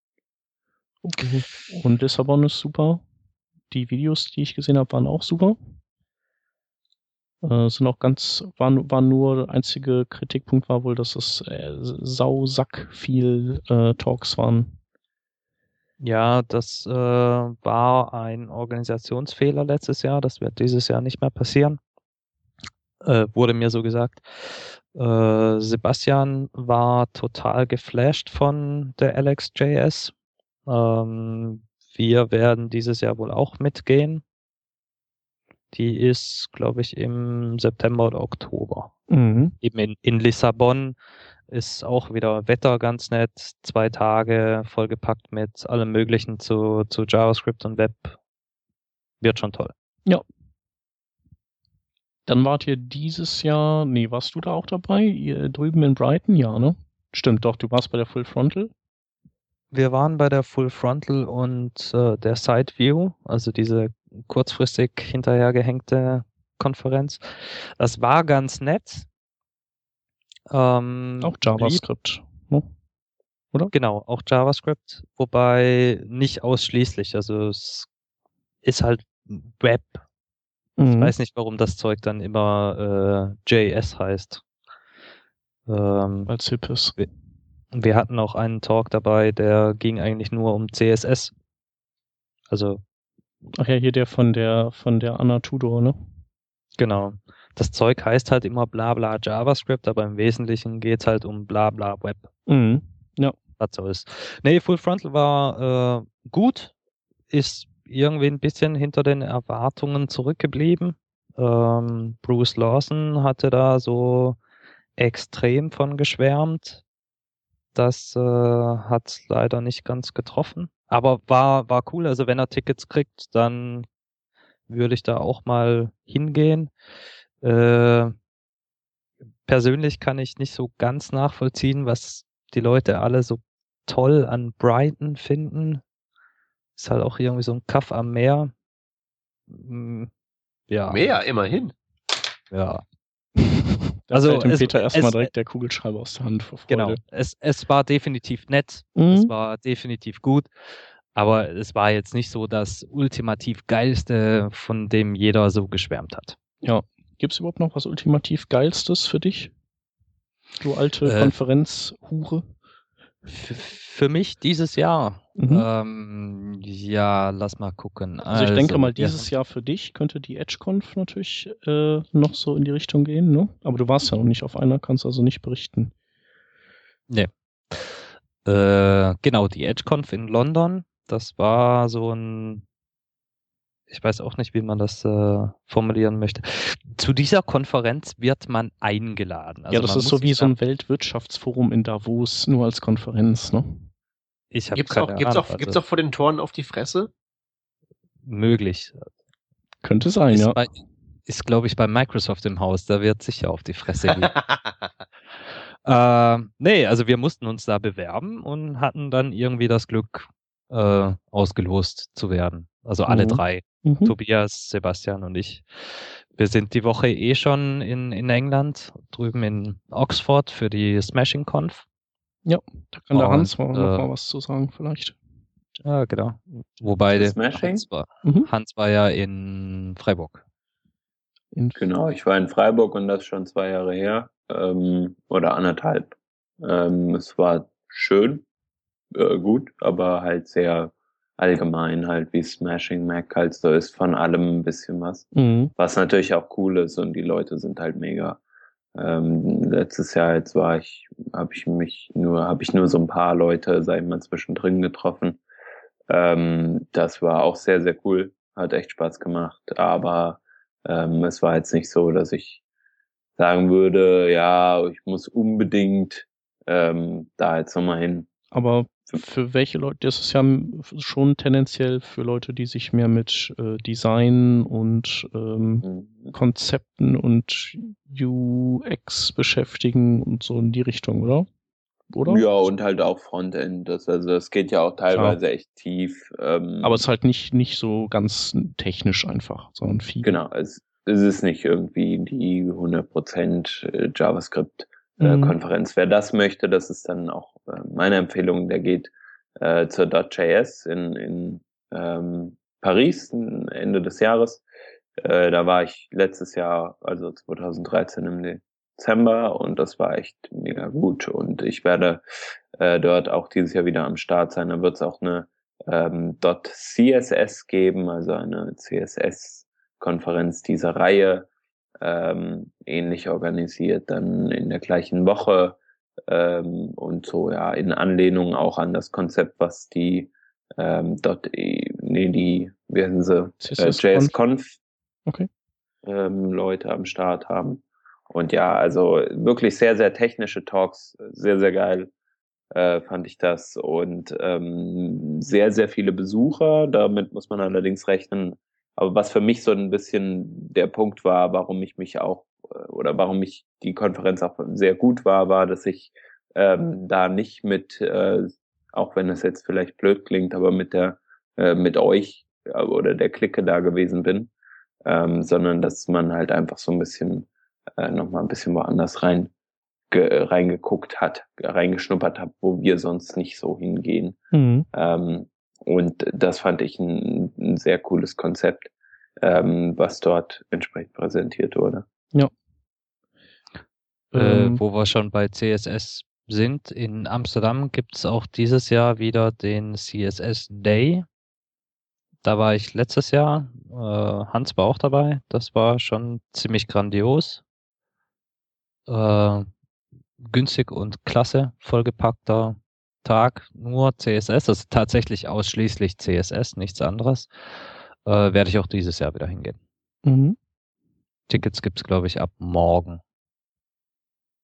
Speaker 4: Und Lissabon ist super. Die Videos, die ich gesehen habe, waren auch super. Äh, sind auch ganz, war, war nur, der einzige Kritikpunkt war wohl, dass es äh, sausack viel äh, Talks waren.
Speaker 2: Ja, das äh, war ein Organisationsfehler letztes Jahr. Das wird dieses Jahr nicht mehr passieren. Äh, wurde mir so gesagt. Äh, Sebastian war total geflasht von der L X J S. Ähm, wir werden dieses Jahr wohl auch mitgehen. Die ist, glaube ich, im September oder Oktober.
Speaker 4: Mhm.
Speaker 2: Eben in, in Lissabon ist auch wieder Wetter ganz nett. Zwei Tage vollgepackt mit allem Möglichen zu, zu JavaScript und Web. Wird schon toll.
Speaker 4: Dann wart ihr dieses Jahr, nee, warst du da auch dabei? Ihr drüben in Brighton? Ja, ne? Stimmt, doch, du warst bei der Full Frontal.
Speaker 2: Wir waren bei der Full Frontal und äh, der Side View, also diese kurzfristig hinterhergehängte Konferenz. Das war ganz nett. Ähm,
Speaker 4: Auch
Speaker 2: blieb-
Speaker 4: JavaScript. Ne?
Speaker 2: Genau, auch JavaScript, wobei nicht ausschließlich. Also es ist halt Web. Ich
Speaker 4: Mhm.
Speaker 2: weiß nicht, warum das Zeug dann immer äh, J S heißt. Ähm,
Speaker 4: Als hip ist.
Speaker 2: wir hatten auch einen Talk dabei, der ging eigentlich nur um C S S. Also
Speaker 4: Ach ja, hier der von der von der Anna Tudor, ne?
Speaker 2: genau. Das Zeug heißt halt immer bla bla JavaScript, aber im Wesentlichen geht's halt um bla bla Web.
Speaker 4: Mhm.
Speaker 2: Was so ist. Nee, Full Frontal war äh, gut, ist irgendwie ein bisschen hinter den Erwartungen zurückgeblieben. Ähm, Bruce Lawson hatte da so extrem von geschwärmt. Das äh, hat leider nicht ganz getroffen. Aber war, war cool. Also wenn er Tickets kriegt, dann würde ich da auch mal hingehen. Äh, persönlich kann ich nicht so ganz nachvollziehen, was die Leute alle so toll an Brighton finden. Ist halt auch irgendwie so ein Kaff am Meer. Hm, ja.
Speaker 1: Mehr, immerhin.
Speaker 2: Ja.
Speaker 4: Da
Speaker 2: Also
Speaker 4: fällt dem
Speaker 2: es-
Speaker 4: Peter erstmal
Speaker 2: es-
Speaker 4: direkt der Kugelschreiber aus der Hand vor Freude.
Speaker 2: Genau. Es, es war definitiv nett.
Speaker 4: Mhm.
Speaker 2: Es war definitiv gut. Aber es war jetzt nicht so das ultimativ geilste, von dem jeder so geschwärmt hat.
Speaker 4: Ja. Gibt es überhaupt noch was ultimativ Geilstes für dich? Du alte
Speaker 2: Äh,
Speaker 4: Konferenzhure?
Speaker 2: F- Für mich dieses Jahr.
Speaker 4: Mhm.
Speaker 2: Ähm, ja, lass mal gucken.
Speaker 4: Also ich denke mal,
Speaker 2: wir-
Speaker 4: dieses Jahr für dich könnte die EdgeConf natürlich äh, noch so in die Richtung gehen, ne? Aber du warst ja noch nicht auf einer, kannst also nicht berichten.
Speaker 2: Nee. Äh, genau, die EdgeConf in London. Das war so ein, ich weiß auch nicht, wie man das äh, formulieren möchte. Zu dieser Konferenz wird man eingeladen. Also
Speaker 4: ja, das
Speaker 2: man
Speaker 4: ist so
Speaker 2: muss
Speaker 4: wie
Speaker 2: sich
Speaker 4: so
Speaker 2: da-
Speaker 4: ein Weltwirtschaftsforum in Davos, nur als Konferenz, ne?
Speaker 2: Ich habe
Speaker 1: Gibt's
Speaker 2: keine
Speaker 1: auch, gibt's
Speaker 2: Ahnung,
Speaker 1: auch, gibt's
Speaker 2: also
Speaker 1: auch vor den Toren auf die Fresse?
Speaker 2: möglich.
Speaker 4: Könnte sein,
Speaker 2: Ist,
Speaker 4: ja.
Speaker 2: bei, ist glaube ich, bei Microsoft im Haus. Da wird sicher auf die Fresse gehen. Äh, nee, also wir mussten uns da bewerben und hatten dann irgendwie das Glück, äh, ausgelost zu werden. Also alle
Speaker 4: Mhm.
Speaker 2: drei.
Speaker 4: Mhm.
Speaker 2: Tobias, Sebastian und ich. Wir sind die Woche eh schon in, in England, drüben in Oxford für die Smashing Conf.
Speaker 4: Da kann der
Speaker 2: Und,
Speaker 4: Hans mal, noch
Speaker 2: äh,
Speaker 4: mal was zu sagen, vielleicht.
Speaker 2: Ja, genau. Wobei
Speaker 3: Für
Speaker 2: der
Speaker 3: Smashing?
Speaker 2: Hans war,
Speaker 4: Mhm.
Speaker 2: Hans war ja in Freiburg.
Speaker 4: In,
Speaker 3: Genau, ich war in Freiburg und das ist schon zwei Jahre her, ähm, oder anderthalb. Ähm, es war schön, äh, gut, aber halt sehr allgemein, halt wie Smashing Mac halt so ist, von allem ein bisschen was.
Speaker 4: Mhm.
Speaker 3: Was natürlich auch cool ist und die Leute sind halt mega. Ähm, letztes Jahr jetzt war ich, habe ich mich nur, habe ich nur so ein paar Leute, sag ich mal, zwischendrin getroffen. Ähm, das war auch sehr, sehr cool, hat echt Spaß gemacht, aber ähm, es war jetzt nicht so, dass ich sagen würde, ja, ich muss unbedingt ähm, da jetzt nochmal hin.
Speaker 4: Aber für welche Leute, das ist ja schon tendenziell für Leute, die sich mehr mit äh, Design und ähm,
Speaker 3: Mhm.
Speaker 4: Konzepten und U X beschäftigen und so in die Richtung, oder? Oder?
Speaker 3: Ja, und halt auch Frontend. Das, also das geht ja auch teilweise echt tief. Ähm,
Speaker 4: Aber es ist halt nicht, nicht so ganz technisch einfach, sondern viel.
Speaker 3: Genau, es, es ist nicht irgendwie die hundert Prozent JavaScript äh,
Speaker 4: Mhm.
Speaker 3: Konferenz. Wer das möchte, das ist dann auch äh, meine Empfehlung, der geht äh, zur .js in, in ähm, Paris Ende des Jahres. Äh, da war ich letztes Jahr, also zwanzig dreizehn im Dezember, und das war echt mega gut. Und ich werde äh, dort auch dieses Jahr wieder am Start sein. Da wird es auch eine ähm, .css geben, also eine C S S-Konferenz dieser Reihe, ähm, ähnlich organisiert, dann in der gleichen Woche, ähm, und so, ja, in Anlehnung auch an das Konzept, was die ähm, dort, nee, die, wie heißen sie,
Speaker 4: C S
Speaker 3: äh,
Speaker 4: S
Speaker 3: J S-Conf
Speaker 4: Okay.
Speaker 3: ähm, Leute am Start haben. Und ja, also wirklich sehr, sehr technische Talks, sehr, sehr geil äh, fand ich das. Und ähm, sehr, sehr viele Besucher, damit muss man allerdings rechnen. Aber was für mich so ein bisschen der Punkt war, warum ich mich auch, äh, oder warum ich die Konferenz auch sehr gut war, war, dass ich ähm, da nicht mit, äh, auch wenn es jetzt vielleicht blöd klingt, aber mit der, äh, mit euch äh, oder der Clique da gewesen bin, ähm, sondern dass man halt einfach so ein bisschen äh, nochmal ein bisschen woanders rein ge- reingeguckt hat, reingeschnuppert hat, wo wir sonst nicht so hingehen.
Speaker 4: Mhm.
Speaker 3: Ähm, und das fand ich ein, ein sehr cooles Konzept, ähm, was dort entsprechend präsentiert wurde.
Speaker 4: Ja.
Speaker 2: Äh,
Speaker 4: Ähm,
Speaker 2: wo wir schon bei C S S sind, in Amsterdam gibt's auch dieses Jahr wieder den C S S Day. Da war ich letztes Jahr, äh, Hans war auch dabei, das war schon ziemlich grandios. Äh, günstig und klasse, vollgepackter Tag, nur C S S, also tatsächlich ausschließlich C S S, nichts anderes. Äh, werde ich auch dieses Jahr wieder hingehen.
Speaker 4: mhm.
Speaker 2: Tickets gibt's, glaube ich, ab morgen.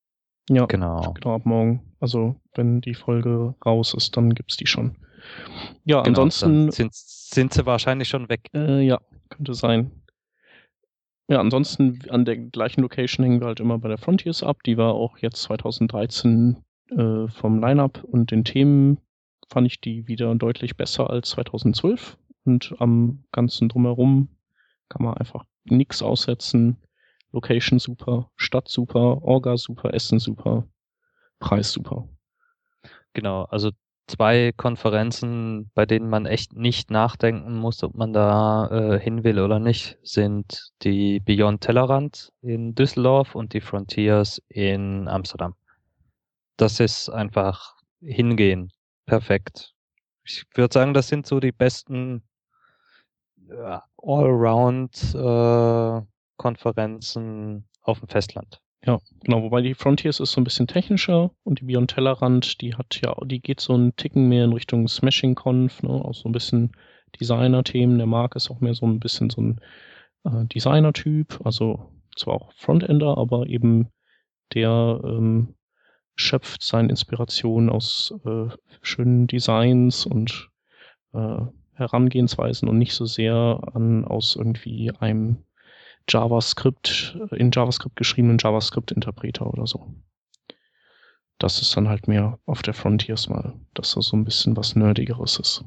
Speaker 4: Ja,
Speaker 2: Genau.
Speaker 4: genau, ab morgen. Also, wenn die Folge raus ist, dann gibt's die schon. Ja,
Speaker 2: Genau,
Speaker 4: ansonsten,
Speaker 2: dann sind, sind sie wahrscheinlich schon weg.
Speaker 4: äh, ja, könnte sein. Ja, ansonsten an der gleichen Location hängen wir halt immer bei der Frontiers ab. Die war auch jetzt zwanzig dreizehn äh, vom Line-Up und den Themen fand ich die wieder deutlich besser als zwanzig zwölf. Und am ganzen Drumherum kann man einfach nix aussetzen. Location super, Stadt super, Orga super, Essen super, Preis super.
Speaker 2: Genau, also zwei Konferenzen, bei denen man echt nicht nachdenken muss, ob man da äh, hin will oder nicht, sind die Beyond Tellerrand in Düsseldorf und die Frontiers in Amsterdam. Das ist einfach hingehen. Perfekt. Ich würde sagen, das sind so die besten ja, Allround äh, Konferenzen auf dem Festland.
Speaker 4: Ja, genau, wobei die Frontiers ist so ein bisschen technischer und die Beyond Tellerrand, die hat ja, die geht so einen Ticken mehr in Richtung Smashing Conf, ne, auch so ein bisschen Designer-Themen. Der Marc ist auch mehr so ein bisschen so ein äh, Designer-Typ, also zwar auch Frontender, aber eben der ähm, schöpft seine Inspiration aus äh, schönen Designs und äh, Herangehensweisen und nicht so sehr an aus irgendwie einem JavaScript, in JavaScript geschriebenen JavaScript-Interpreter oder so. Das ist dann halt mehr auf der Frontiers mal, dass da so ein bisschen was Nerdigeres ist.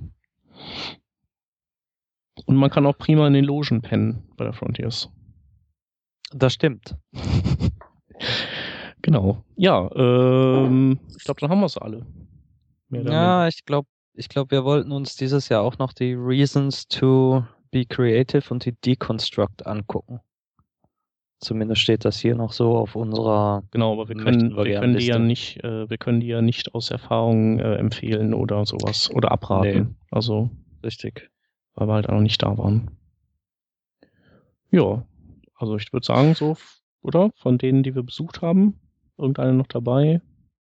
Speaker 4: Und man kann auch prima in den Logen pennen bei der Frontiers.
Speaker 2: Das stimmt.
Speaker 4: Genau. Ja, ähm, ich glaube, dann haben wir es alle. Mehr oder
Speaker 2: Ja,
Speaker 4: minder.
Speaker 2: ich glaube, ich glaube, wir wollten uns dieses Jahr auch noch die Reasons to be Creative und die Deconstruct angucken. Zumindest steht das hier noch so auf unserer
Speaker 4: Genau, aber wir
Speaker 2: möchten
Speaker 4: können,
Speaker 2: wir
Speaker 4: wir
Speaker 2: gern
Speaker 4: können die ja
Speaker 2: Liste.
Speaker 4: nicht, äh, wir können die ja nicht aus Erfahrung äh, empfehlen oder sowas oder abraten. Also,
Speaker 2: Richtig.
Speaker 4: weil wir halt auch noch nicht da waren. Ja, also ich würde sagen, so, oder? Von denen, die wir besucht haben, irgendeine noch dabei?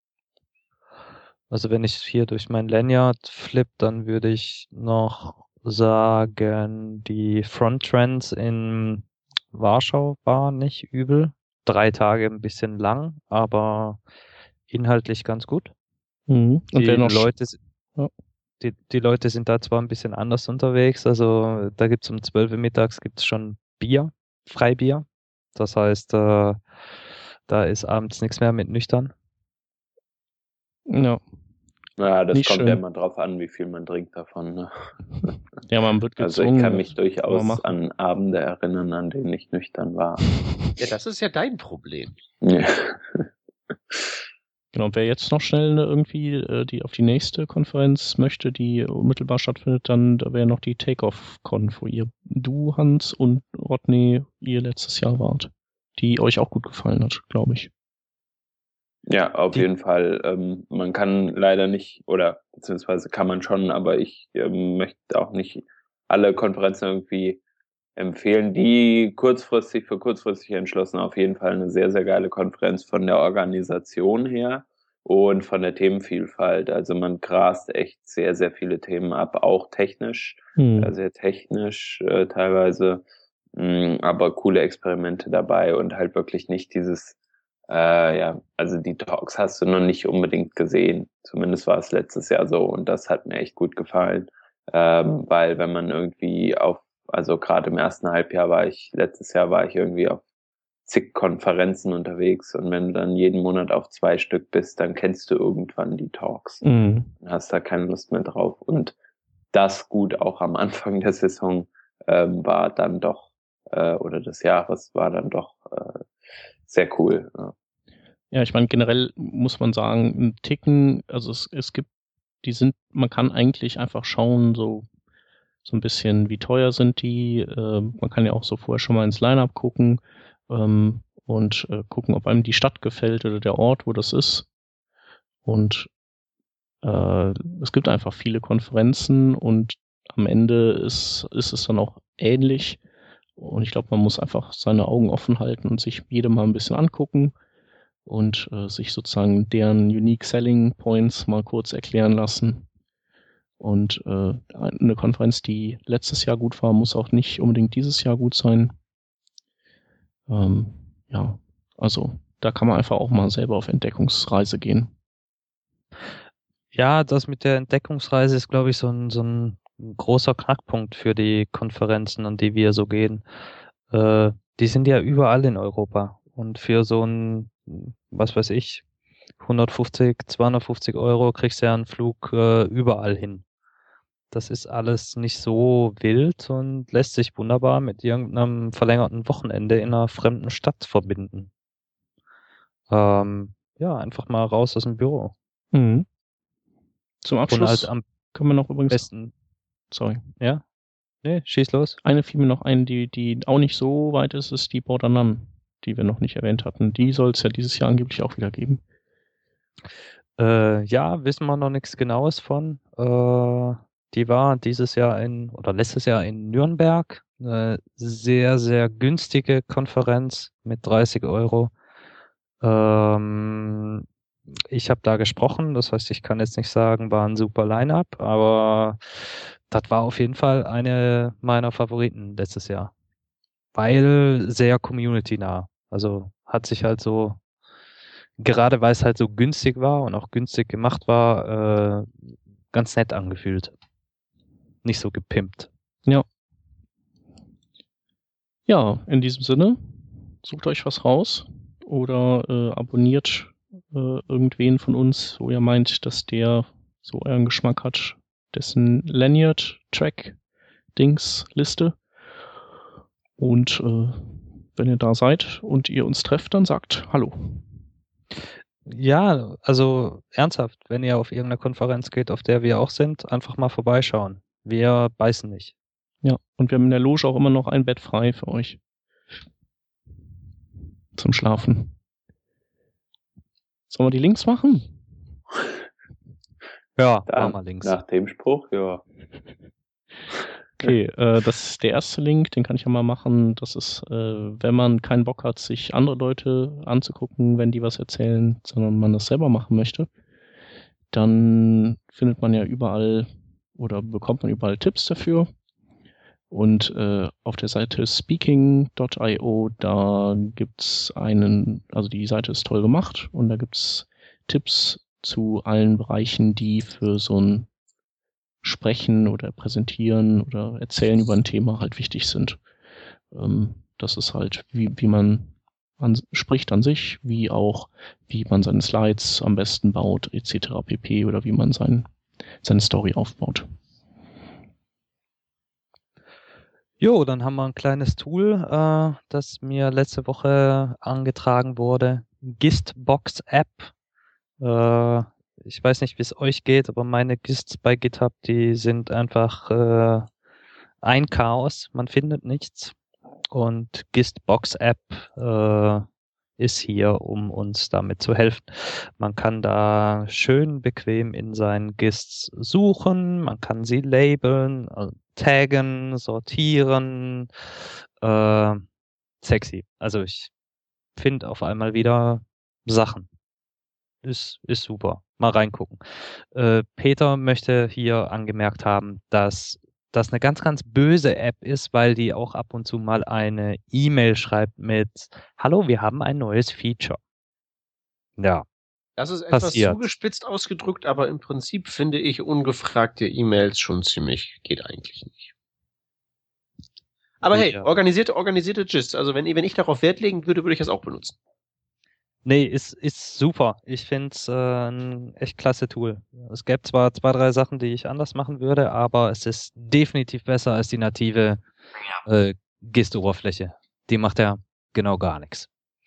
Speaker 2: Also wenn ich hier durch mein Lanyard flip, dann würde ich noch sagen, die Fronttrends in Warschau war nicht übel. Drei Tage ein bisschen lang, aber inhaltlich ganz gut.
Speaker 4: Mhm. Und
Speaker 2: Die
Speaker 4: wer noch,
Speaker 2: Leute,
Speaker 4: ja.
Speaker 2: die, die Leute sind da zwar ein bisschen anders unterwegs. Also da gibt's um zwölf Uhr mittags gibt's schon Bier, Freibier. Das heißt, äh, da ist abends nichts mehr mit nüchtern.
Speaker 4: Ja,
Speaker 3: Ja, das
Speaker 4: Nicht
Speaker 3: kommt
Speaker 4: schön.
Speaker 3: ja immer drauf an, wie viel man trinkt davon. Ne?
Speaker 4: ja, man wird
Speaker 3: Also
Speaker 4: gezwungen.
Speaker 3: ich kann mich
Speaker 4: das kann man
Speaker 3: durchaus
Speaker 4: machen.
Speaker 3: an Abende erinnern, an denen ich nüchtern war.
Speaker 1: Ja, das ist ja dein Problem.
Speaker 3: Ja.
Speaker 4: Genau, wer jetzt noch schnell ne, irgendwie äh, die auf die nächste Konferenz möchte, die unmittelbar stattfindet, dann da wäre noch die Take-Off-Conf, wo ihr, du, Hans und Rodney, ihr letztes Jahr wart. Die euch auch gut gefallen hat, glaube ich.
Speaker 3: Ja, auf
Speaker 2: Die-
Speaker 3: jeden Fall. Ähm, man kann leider nicht, oder beziehungsweise kann man schon, aber ich ähm, möchte auch nicht alle Konferenzen irgendwie empfehlen. Die kurzfristig für kurzfristig entschlossen, auf jeden Fall eine sehr, sehr geile Konferenz von der Organisation her und von der Themenvielfalt. Also man grast echt sehr, sehr viele Themen ab, auch technisch,
Speaker 4: Hm.
Speaker 3: äh, sehr technisch äh, teilweise, mh, aber coole Experimente dabei und halt wirklich nicht dieses Äh, ja, also die Talks hast du noch nicht unbedingt gesehen. Zumindest war es letztes Jahr so und das hat mir echt gut gefallen. Ähm, weil wenn man irgendwie auf, also gerade im ersten Halbjahr war ich, letztes Jahr war ich irgendwie auf zig Konferenzen unterwegs und wenn du dann jeden Monat auf zwei Stück bist, dann kennst du irgendwann die Talks.
Speaker 4: Hm.
Speaker 3: Hast da keine Lust mehr drauf. Und das gut auch am Anfang der Saison ähm, war dann doch, äh, oder des Jahres war dann doch äh, sehr cool. Ja.
Speaker 4: Ja, ich meine, generell muss man sagen, ein Ticken, also es, es gibt, die sind, man kann eigentlich einfach schauen, so, so ein bisschen, wie teuer sind die. Äh, man kann ja auch so vorher schon mal ins Line-Up gucken ähm, und äh, gucken, ob einem die Stadt gefällt oder der Ort, wo das ist. Und äh, es gibt einfach viele Konferenzen und am Ende ist, ist es dann auch ähnlich. Und ich glaube, man muss einfach seine Augen offen halten und sich jede mal ein bisschen angucken und äh, sich sozusagen deren Unique Selling Points mal kurz erklären lassen. Und äh, eine Konferenz, die letztes Jahr gut war, muss auch nicht unbedingt dieses Jahr gut sein. Ähm, ja, also da kann man einfach auch mal selber auf Entdeckungsreise gehen.
Speaker 2: Ja, das mit der Entdeckungsreise ist, glaube ich, so ein, so ein großer Knackpunkt für die Konferenzen, an die wir so gehen. Äh, die sind ja überall in Europa. Und für so ein, was weiß ich, hundertfünfzig, zweihundertfünfzig Euro kriegst du ja einen Flug äh, überall hin. Das ist alles nicht so wild und lässt sich wunderbar mit irgendeinem verlängerten Wochenende in einer fremden Stadt verbinden. Ähm, ja, einfach mal raus aus dem Büro.
Speaker 4: Mhm. Zum
Speaker 2: Und
Speaker 4: Abschluss
Speaker 2: halt am
Speaker 4: können wir noch übrigens...
Speaker 2: besten,
Speaker 4: Sorry.
Speaker 2: ja? Nee, schieß los.
Speaker 4: Eine fiel mir noch ein, die, die auch nicht so weit ist, ist die Border None, die wir noch nicht erwähnt hatten. Die soll es ja dieses Jahr angeblich auch wieder geben.
Speaker 2: Äh, ja, wissen wir noch nichts Genaues von. Äh, die war dieses Jahr in, oder letztes Jahr in Nürnberg. Eine sehr, sehr günstige Konferenz mit dreißig Euro. Ähm, ich habe da gesprochen, das heißt, ich kann jetzt nicht sagen, war ein super Line-Up, aber das war auf jeden Fall eine meiner Favoriten letztes Jahr. Weil sehr community-nah. Also hat sich halt so, gerade weil es halt so günstig war und auch günstig gemacht war, äh, ganz nett angefühlt. Nicht so gepimpt.
Speaker 4: Ja. Ja, in diesem Sinne, sucht euch was raus oder äh, abonniert äh, irgendwen von uns, wo ihr meint, dass der so euren Geschmack hat, dessen Lanyard-Track-Dings-Liste. Und äh, wenn ihr da seid und ihr uns trefft, dann sagt Hallo.
Speaker 2: Ja, also ernsthaft, wenn ihr auf irgendeine Konferenz geht, auf der wir auch sind, einfach mal vorbeischauen. Wir beißen nicht.
Speaker 4: Ja, und wir haben in der Loge auch immer noch ein Bett frei für euch. Zum Schlafen. Sollen wir die Links machen?
Speaker 2: Ja,
Speaker 3: Da,
Speaker 2: machen wir links.
Speaker 3: nach dem Spruch, ja.
Speaker 4: Okay, äh, das ist der erste Link, den kann ich ja mal machen. Das ist, äh, wenn man keinen Bock hat, sich andere Leute anzugucken, wenn die was erzählen, sondern man das selber machen möchte, dann findet man ja überall oder bekommt man überall Tipps dafür. Und äh, auf der Seite speaking Punkt io, da gibt's einen, also die Seite ist toll gemacht und da gibt's Tipps zu allen Bereichen, die für so ein Sprechen oder Präsentieren oder Erzählen über ein Thema halt wichtig sind. Ähm, das ist halt, wie, wie man an, spricht an sich, wie auch, wie man seine Slides am besten baut, et cetera pp. Oder wie man sein, seine Story aufbaut.
Speaker 2: Jo, dann haben wir ein kleines Tool, äh, das mir letzte Woche angetragen wurde. Gistbox App. Äh, ich weiß nicht, wie es euch geht, aber meine Gists bei GitHub, die sind einfach äh, ein Chaos. Man findet nichts. Und Gistbox App äh, ist hier, um uns damit zu helfen. Man kann da schön bequem in seinen Gists suchen, man kann sie labeln, also taggen, sortieren. Äh, sexy. Also ich finde auf einmal wieder Sachen. Ist, ist super. Mal reingucken. Äh, Peter möchte hier angemerkt haben, dass das eine ganz, ganz böse App ist, weil die auch ab und zu mal eine E-Mail schreibt mit Hallo, wir haben ein neues Feature. Ja.
Speaker 1: Das ist etwas
Speaker 2: Passiert.
Speaker 1: zugespitzt ausgedrückt, aber im Prinzip finde ich ungefragte E-Mails schon ziemlich, geht eigentlich nicht. Aber hey,
Speaker 2: Ja.
Speaker 1: organisierte, organisierte Gists. Also wenn, wenn ich darauf Wert legen würde, würde ich das auch benutzen.
Speaker 2: Nee, ist, ist super. Ich finde es äh, ein echt klasse Tool. Es gäbe zwar zwei, drei Sachen, die ich anders machen würde, aber es ist definitiv besser als die native äh, Gist-Oberfläche. Die macht ja genau gar nichts.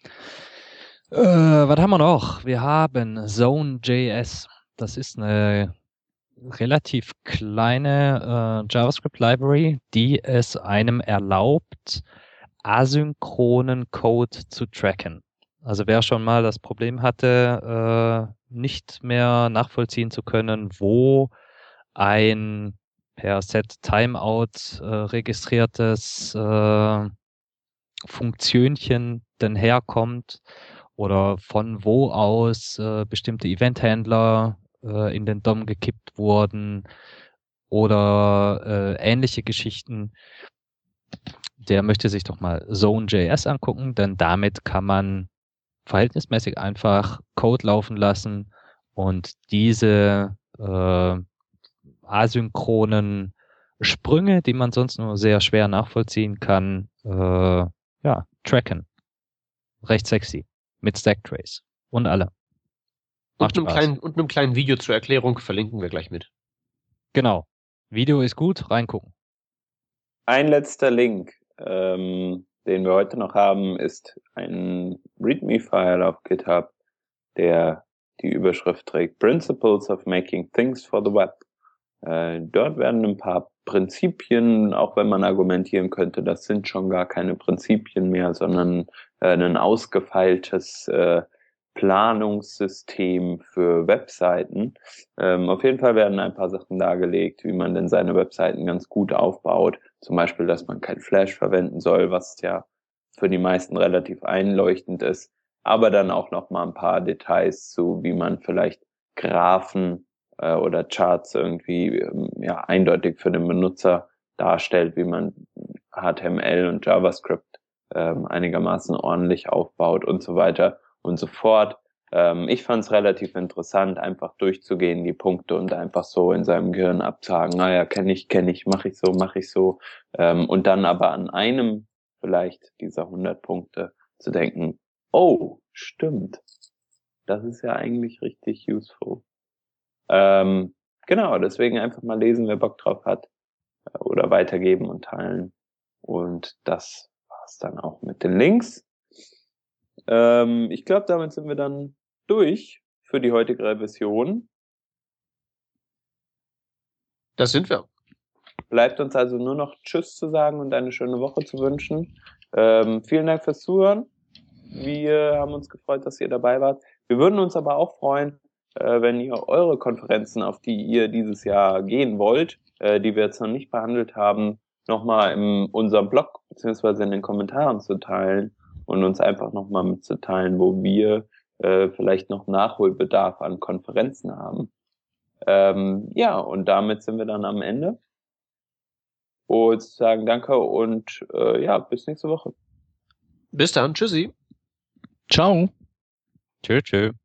Speaker 2: Äh, was haben wir noch? Wir haben Zone.js. Das ist eine relativ kleine äh, JavaScript-Library, die es einem erlaubt, asynchronen Code zu tracken. Also wer schon mal das Problem hatte, äh, nicht mehr nachvollziehen zu können, wo ein per Set Timeout äh, registriertes äh, Funktionchen denn herkommt oder von wo aus äh, bestimmte Event-Handler äh, in den D O M gekippt wurden oder äh, ähnliche Geschichten, der möchte sich doch mal Zone.js angucken, denn damit kann man verhältnismäßig einfach Code laufen lassen und diese äh, asynchronen Sprünge, die man sonst nur sehr schwer nachvollziehen kann, äh, ja, tracken. Recht sexy. Mit Stacktrace. Und alle.
Speaker 1: Und einem, kleinen, und einem kleinen Video zur Erklärung verlinken wir gleich mit.
Speaker 2: Genau. Video ist gut, reingucken.
Speaker 3: Ein letzter Link, ähm, den wir heute noch haben, ist ein README-File auf GitHub, der die Überschrift trägt Principles of Making Things for the Web. Äh, dort werden ein paar Prinzipien, auch wenn man argumentieren könnte, das sind schon gar keine Prinzipien mehr, sondern äh, ein ausgefeiltes äh, Planungssystem für Webseiten. Ähm, auf jeden Fall werden ein paar Sachen dargelegt, wie man denn seine Webseiten ganz gut aufbaut. Zum Beispiel, dass man kein Flash verwenden soll, was ja für die meisten relativ einleuchtend ist. Aber dann auch noch mal ein paar Details zu, wie man vielleicht Graphen äh, oder Charts irgendwie ähm, ja eindeutig für den Benutzer darstellt, wie man H T M L und JavaScript ähm, einigermaßen ordentlich aufbaut und so weiter und so fort. Ähm, ich fand es relativ interessant, einfach durchzugehen, die Punkte und einfach so in seinem Gehirn abzuhaken, naja, kenne ich, kenne ich, mache ich so, mache ich so. Ähm, und dann aber an einem vielleicht dieser hundert Punkte zu denken, oh, stimmt, das ist ja eigentlich richtig useful. Ähm, genau, deswegen einfach mal lesen, wer Bock drauf hat, oder weitergeben und teilen. Und das war's dann auch mit den Links. Ähm, ich glaube, damit sind wir dann durch für die heutige Revision.
Speaker 1: Das sind wir.
Speaker 3: Bleibt uns also nur noch Tschüss zu sagen und eine schöne Woche zu wünschen. Ähm, vielen Dank fürs Zuhören. Wir haben uns gefreut, dass ihr dabei wart. Wir würden uns aber auch freuen, äh, wenn ihr eure Konferenzen, auf die ihr dieses Jahr gehen wollt, äh, die wir jetzt noch nicht behandelt haben, nochmal in unserem Blog beziehungsweise in den Kommentaren zu teilen und uns einfach nochmal mitzuteilen, wo wir äh, vielleicht noch Nachholbedarf an Konferenzen haben. Ähm, ja, und damit sind wir dann am Ende. Und sagen danke und äh, ja, bis nächste Woche.
Speaker 1: Bis dann. Tschüssi.
Speaker 4: Ciao.
Speaker 2: Tschö, tschö.